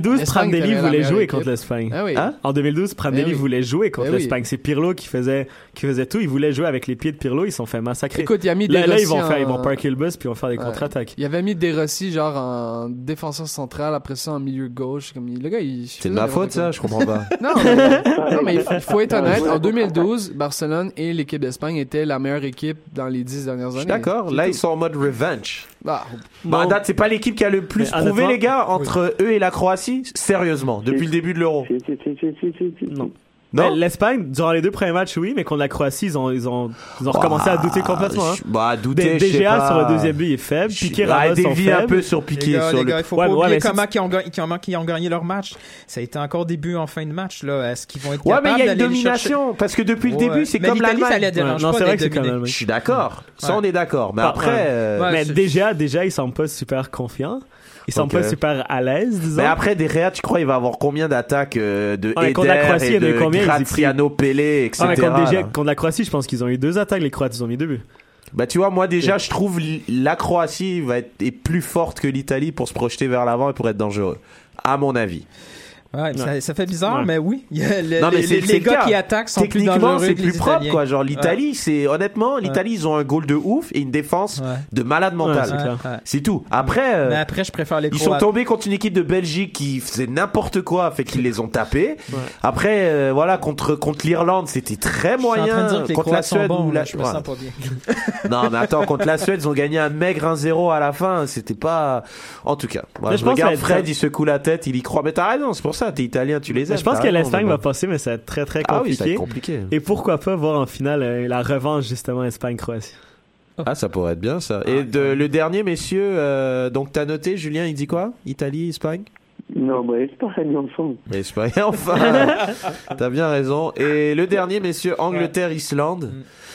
Prandelli t'avais la voulait meilleure jouer équipe. contre l'Espagne. Ah oui. Hein? En deux mille douze, Prandelli Eh oui. voulait jouer contre Eh oui. l'Espagne. C'est Pirlo qui faisait, qui faisait tout. Il voulait jouer avec les pieds de Pirlo. Ils se sont fait massacrer. Écoute, il a mis là, De là, ils Rossi vont faire, ils en- vont parker le bus puis ils vont faire des Ouais. contre-attaques. Il avait mis De Rossi genre en défenseur central, après ça en milieu gauche. Comme il- le gars, il. C'est de ma faute, ça? Je comprends pas. Non, mais, non, mais il faut- il faut être honnête. En deux mille douze, Barcelone et l'équipe d'Espagne étaient la meilleure équipe dans les dix dernières Je années. suis d'accord. C'est Là, tout. ils sont en mode revenge. Bah, Bah, à Non. date, c'est pas l'équipe qui a le plus Mais prouvé, honnêtement- les gars, entre eux et la Croatie. Sérieusement, depuis le début de l'Euro. Si, si, si, si, si, si, si. Non. Non? Mais L'Espagne, durant les deux premiers matchs, oui, mais contre la Croatie, ils ont, ils ont, ils ont recommencé à douter complètement. Hein. Je- Bah, douter, D- je sais DGA pas. sur le deuxième but, il est faible. Je- Piqué, bah, Ramos sont dévie un faibles. peu sur Les Piqué. gars, sur les le... gars, il faut Ouais, pas ouais, oublier mais c'est- comment ils ont, gagné- comment ils ont gagné leur match. Ça a été encore début en fin de match. Là. Est-ce qu'ils vont être Ouais, mais capables il y a une d'aller les chercher? domination. Parce que depuis le Ouais. début, c'est Mais comme l'Italie, ça les l'Allemagne. dérange Ouais, non, pas c'est vrai d'être que c'est comme dominé. l'Allemagne. Je suis d'accord. Ça, Ouais. on est d'accord. Mais Pas- après, ouais. euh, Ouais, Mais c'est- déjà, déjà, ils semblent pas super confiants. Ils semblent Ok. pas super à l'aise, disons. mais après, derrière, tu crois il va avoir combien d'attaques euh, de Ouais, contre la Eder Croatie, il y et en a eu de combien? Ils y Graziano, Pelé, Ah, mais et cetera. contre, déjà, là. contre la Croatie, je pense qu'ils ont eu deux attaques. Les Croates, ils ont mis deux buts. Bah, tu vois, moi, déjà, je trouve l- la Croatie va être est plus forte que l'Italie pour se projeter vers l'avant et pour être dangereux. À mon avis. Ouais, ça, ça fait bizarre, Ouais. mais oui. Il y a le- Non, mais les c'est- les, c'est les le gars cas. qui attaquent sont plus Techniquement, dangereux c'est que plus les propre, Italiens. quoi. Genre, l'Italie, c'est, honnêtement, l'Italie, ils ont un goal de ouf et une défense Ouais. de malade mental. Ouais, c'est clair. Ouais, ouais. C'est tout. Après, euh, Mais après, je préfère les ils sont Croates. tombés contre une équipe de Belgique qui faisait n'importe quoi, fait qu'ils les ont tapés. Après, euh, voilà, contre, contre l'Irlande, c'était très Je suis en train moyen. de dire que les Contre la Croates sont Suède, bons, ou la... là, je me Ouais. sens pas bien. Non, mais attends, contre la Suède, ils ont gagné un maigre un zéro à la fin. C'était pas, en tout cas. Moi, Mais je je pense regarde que ça va Fred, être- il secoue la tête, il y croit. Mais t'as raison, c'est pour ça, t'es italien, tu les aimes. Je pense t'as que raison, l'Espagne mais va bon. passer, mais ça va être très, très Ah oui, ça va compliqué. être compliqué. Et pourquoi pas voir en finale euh, la revanche, justement, Espagne-Croatie. Ah, ça pourrait être bien, ça. Et de, le dernier, messieurs, euh, donc t'as noté, Julien, il dit quoi? Italie, Espagne? Non, bah, Espagne ensemble. Espagne, enfin! T'as bien raison. Et le dernier, messieurs, Angleterre, Islande.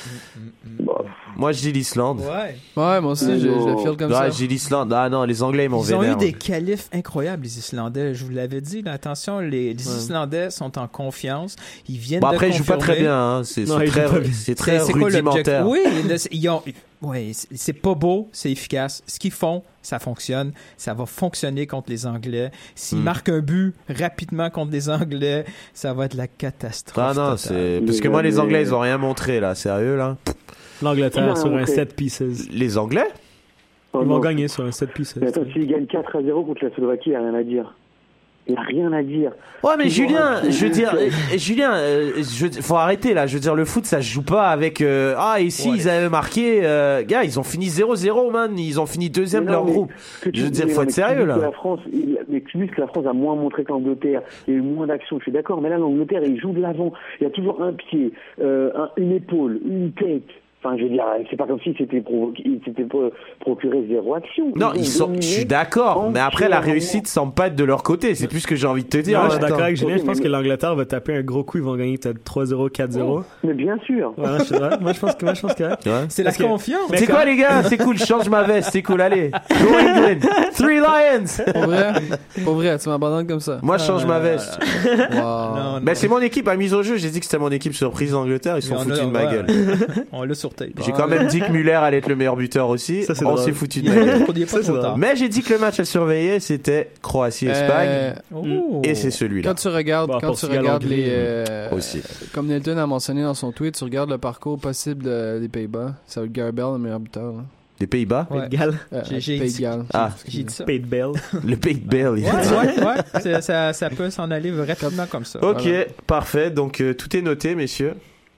Bah, Moi, je dis l'Islande. Ouais. ouais, moi aussi, je, je le file comme Ah, ça. je dis l'Islande. Ah non, les Anglais, ils m'ont Ils ont eu vénère. des qualifs incroyables, les Islandais. Je vous l'avais dit, là, attention, les, les Islandais sont en confiance. Ils viennent Bon, de après, ils jouent pas très confirmer. bien. Hein. C'est Non, c'est ils jouent très, pas bien. c'est très C'est- c'est quoi rudimentaire. l'objectif? Oui, là, c'est- ils ont, ouais, c'est- c'est pas beau, c'est efficace. Ce qu'ils font, ça fonctionne. Ça va fonctionner contre les Anglais. S'ils Hmm. marquent un but rapidement contre les Anglais, ça va être la catastrophe. Ah non, totale. c'est parce que moi, les Anglais, ils ont rien montré là. Sérieux là. L'Angleterre Qui sur l'a un montré? set pieces. Les Anglais? oh Ils non. vont gagner sur un set pieces. Mais attends, s'ils gagnent quatre à zéro contre la Slovaquie, il n'y a rien à dire. Il n'y a rien à dire. Ouais, mais Ils Julien, vont- je veux dire, euh, Julien, euh, je, faut arrêter là. Je veux dire, le foot, ça se joue pas avec. euh, ah, et si Ouais. ils avaient marqué, euh, gars, ils ont fini zéro zéro, man. Ils ont fini deuxième de Mais non, leur mais groupe. que tu Je veux dis, dire, mais faut non, être mais tu sérieux dis que là. La France, il- mais tu dis que la France a moins montré que l'Angleterre. Il y a eu moins d'actions, je suis d'accord. Mais là, l'Angleterre, il joue de l'avant. Il y a toujours un pied, euh, un- une épaule, une tête. Enfin, je veux dire, c'est pas comme si c'était provoqué, il s'était pro- procuré zéro action. Non, ont ils sont. dominé. Je suis d'accord, mais après la entièrement. réussite semble pas être de leur côté. C'est plus ce que j'ai envie de te dire. Non, en je suis même d'accord temps. avec Julien. Je Ok, pense mais- que l'Angleterre va taper un gros coup. Ils vont gagner peut-être trois zéro, quatre zéro. Mais bien sûr. Ouais, je sais pas. Moi, je pense que, moi, je pense que. Ouais. C'est la Parce que- confiance. C'est quoi les gars? C'est cool, je change ma veste, c'est cool, allez. Go England! Three Lions! Pour vrai, pour vrai, tu m'abandonnes comme ça. Moi je change ma veste. Wow. Non, non. Ben c'est mon équipe à mise au jeu, j'ai dit que c'était mon équipe surprise d'Angleterre, ils se sont Mais on foutus a- de ma ouais. gueule. On l'a sur tape. J'ai quand même dit que Müller allait être le meilleur buteur aussi, Ça, c'est on drôle. s'est foutu de ma gueule. On y est pas Ça, c'est trop tard. Mais j'ai dit que le match à surveiller c'était Croatie-Espagne, Euh, Oh. et c'est celui-là. Quand tu regardes, Bah, quand tu Portugal, regardes Hongrie, les, euh, aussi. comme Nelton a mentionné dans son tweet, tu regardes le parcours possible de- des Pays-Bas. Ça va être Gareth Bale, le meilleur buteur. là. Les Pays-Bas? Ouais. Gal. Euh, J'ai- j'ai Pays dit- de Galles. Ah, J'ai dit ça. Pate Bell. le Pays de Bale. il- Ouais, ouais, ouais. C'est- Ça, ça peut s'en aller rapidement comme ça. Ok, Voilà. parfait, donc euh, tout est noté messieurs.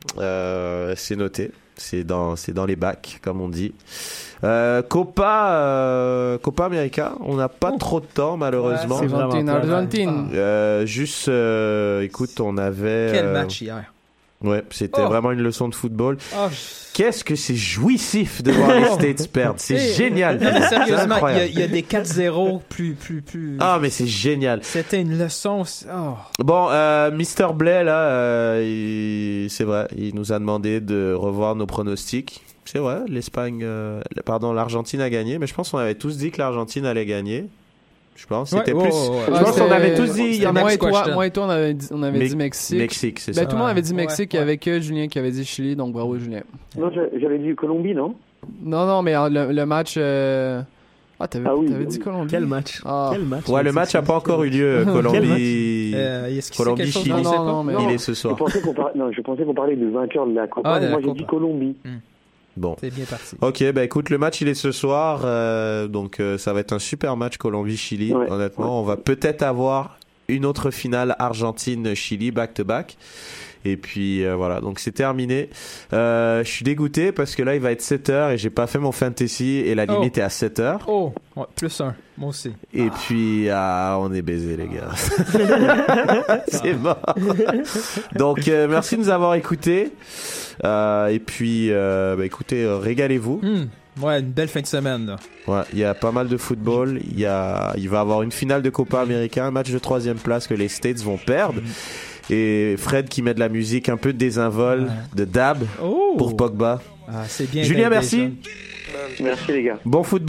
Euh, c'est noté, c'est dans, c'est dans les bacs comme on dit. Euh, Copa, euh, Copa América, on n'a pas Oh. trop de temps malheureusement. c'est vraiment Argentine, plat. Argentine. Euh, juste, euh, écoute, on avait. Quel euh, match hier. Ouais, c'était Oh. vraiment une leçon de football. Oh, je- Qu'est-ce que c'est jouissif de voir les States perdre. C'est Eh, génial. non, mais C'est sérieusement, il y, a- incroyable. il y a des quatre zéro plus, plus, plus. Ah, mais c'est génial. C'était une leçon. c'est- Oh. Bon, euh, mister Blais, là, euh, il- c'est vrai, il nous a demandé de revoir nos pronostics. C'est vrai, l'Espagne, euh, pardon, l'Argentine a gagné, mais je pense qu'on avait tous dit que l'Argentine allait gagner. Je pense, c'était Ouais, plus. ouais, ouais, ouais. Je Ah, pense qu'on c'était- avait tous dit, il y c'était en moi a et toi, question. moi et toi, on avait dit, on avait Me- dit Mexique. Mexique, c'est Ben, ça. tout le monde Ouais. avait dit Mexique, Ouais, il y avait que Julien qui avait dit Chili, donc bravo Julien. Non, j'a- j'avais dit Colombie, non? Non, non, mais euh, le, le match, euh, Ah, t'avais, Ah oui, t'avais ah dit oui. Colombie. Quel match? Ah. Quel match? Ouais, le match n'a pas encore eu lieu. Colombie, Euh, est-ce qu'il sait Colombie, quelque chose Chili. qu'on Non, sait non, pas? non, mais- Il Non, est ce Je soir. pensais qu'on parlait, non, je pensais qu'on parlait du vainqueur de la Copa. Ah, de la Moi, j'ai Copa. dit Colombie. Bon. C'est bien parti. Ok, bah écoute, le match il est ce soir, euh, donc euh, ça va être un super match Colombie-Chili. Ouais. Honnêtement, on va peut-être avoir une autre finale Argentine-Chili back-to-back. Et puis euh, voilà, donc c'est terminé. Euh, je suis dégoûté parce que là il va être sept heures et j'ai pas fait mon fantasy et la limite Oh. est à sept heures. Oh, ouais, plus un. Moi aussi. Et puis ah, on est baisés les gars. C'est mort. Donc euh, merci de nous avoir écoutés. Euh, et puis euh, bah, écoutez, euh, régalez-vous. Hmm. Ouais, une belle fin de semaine, là. Ouais, il y a pas mal de football. Il y a, il va y avoir une finale de Copa América, un match de troisième place que les States vont perdre. Et Fred qui met de la musique un peu désinvol, Ouais. de dab Oh! pour Pogba. Ah, c'est bien. Julien, d'être des merci. jeunes. Merci les gars. Bon football.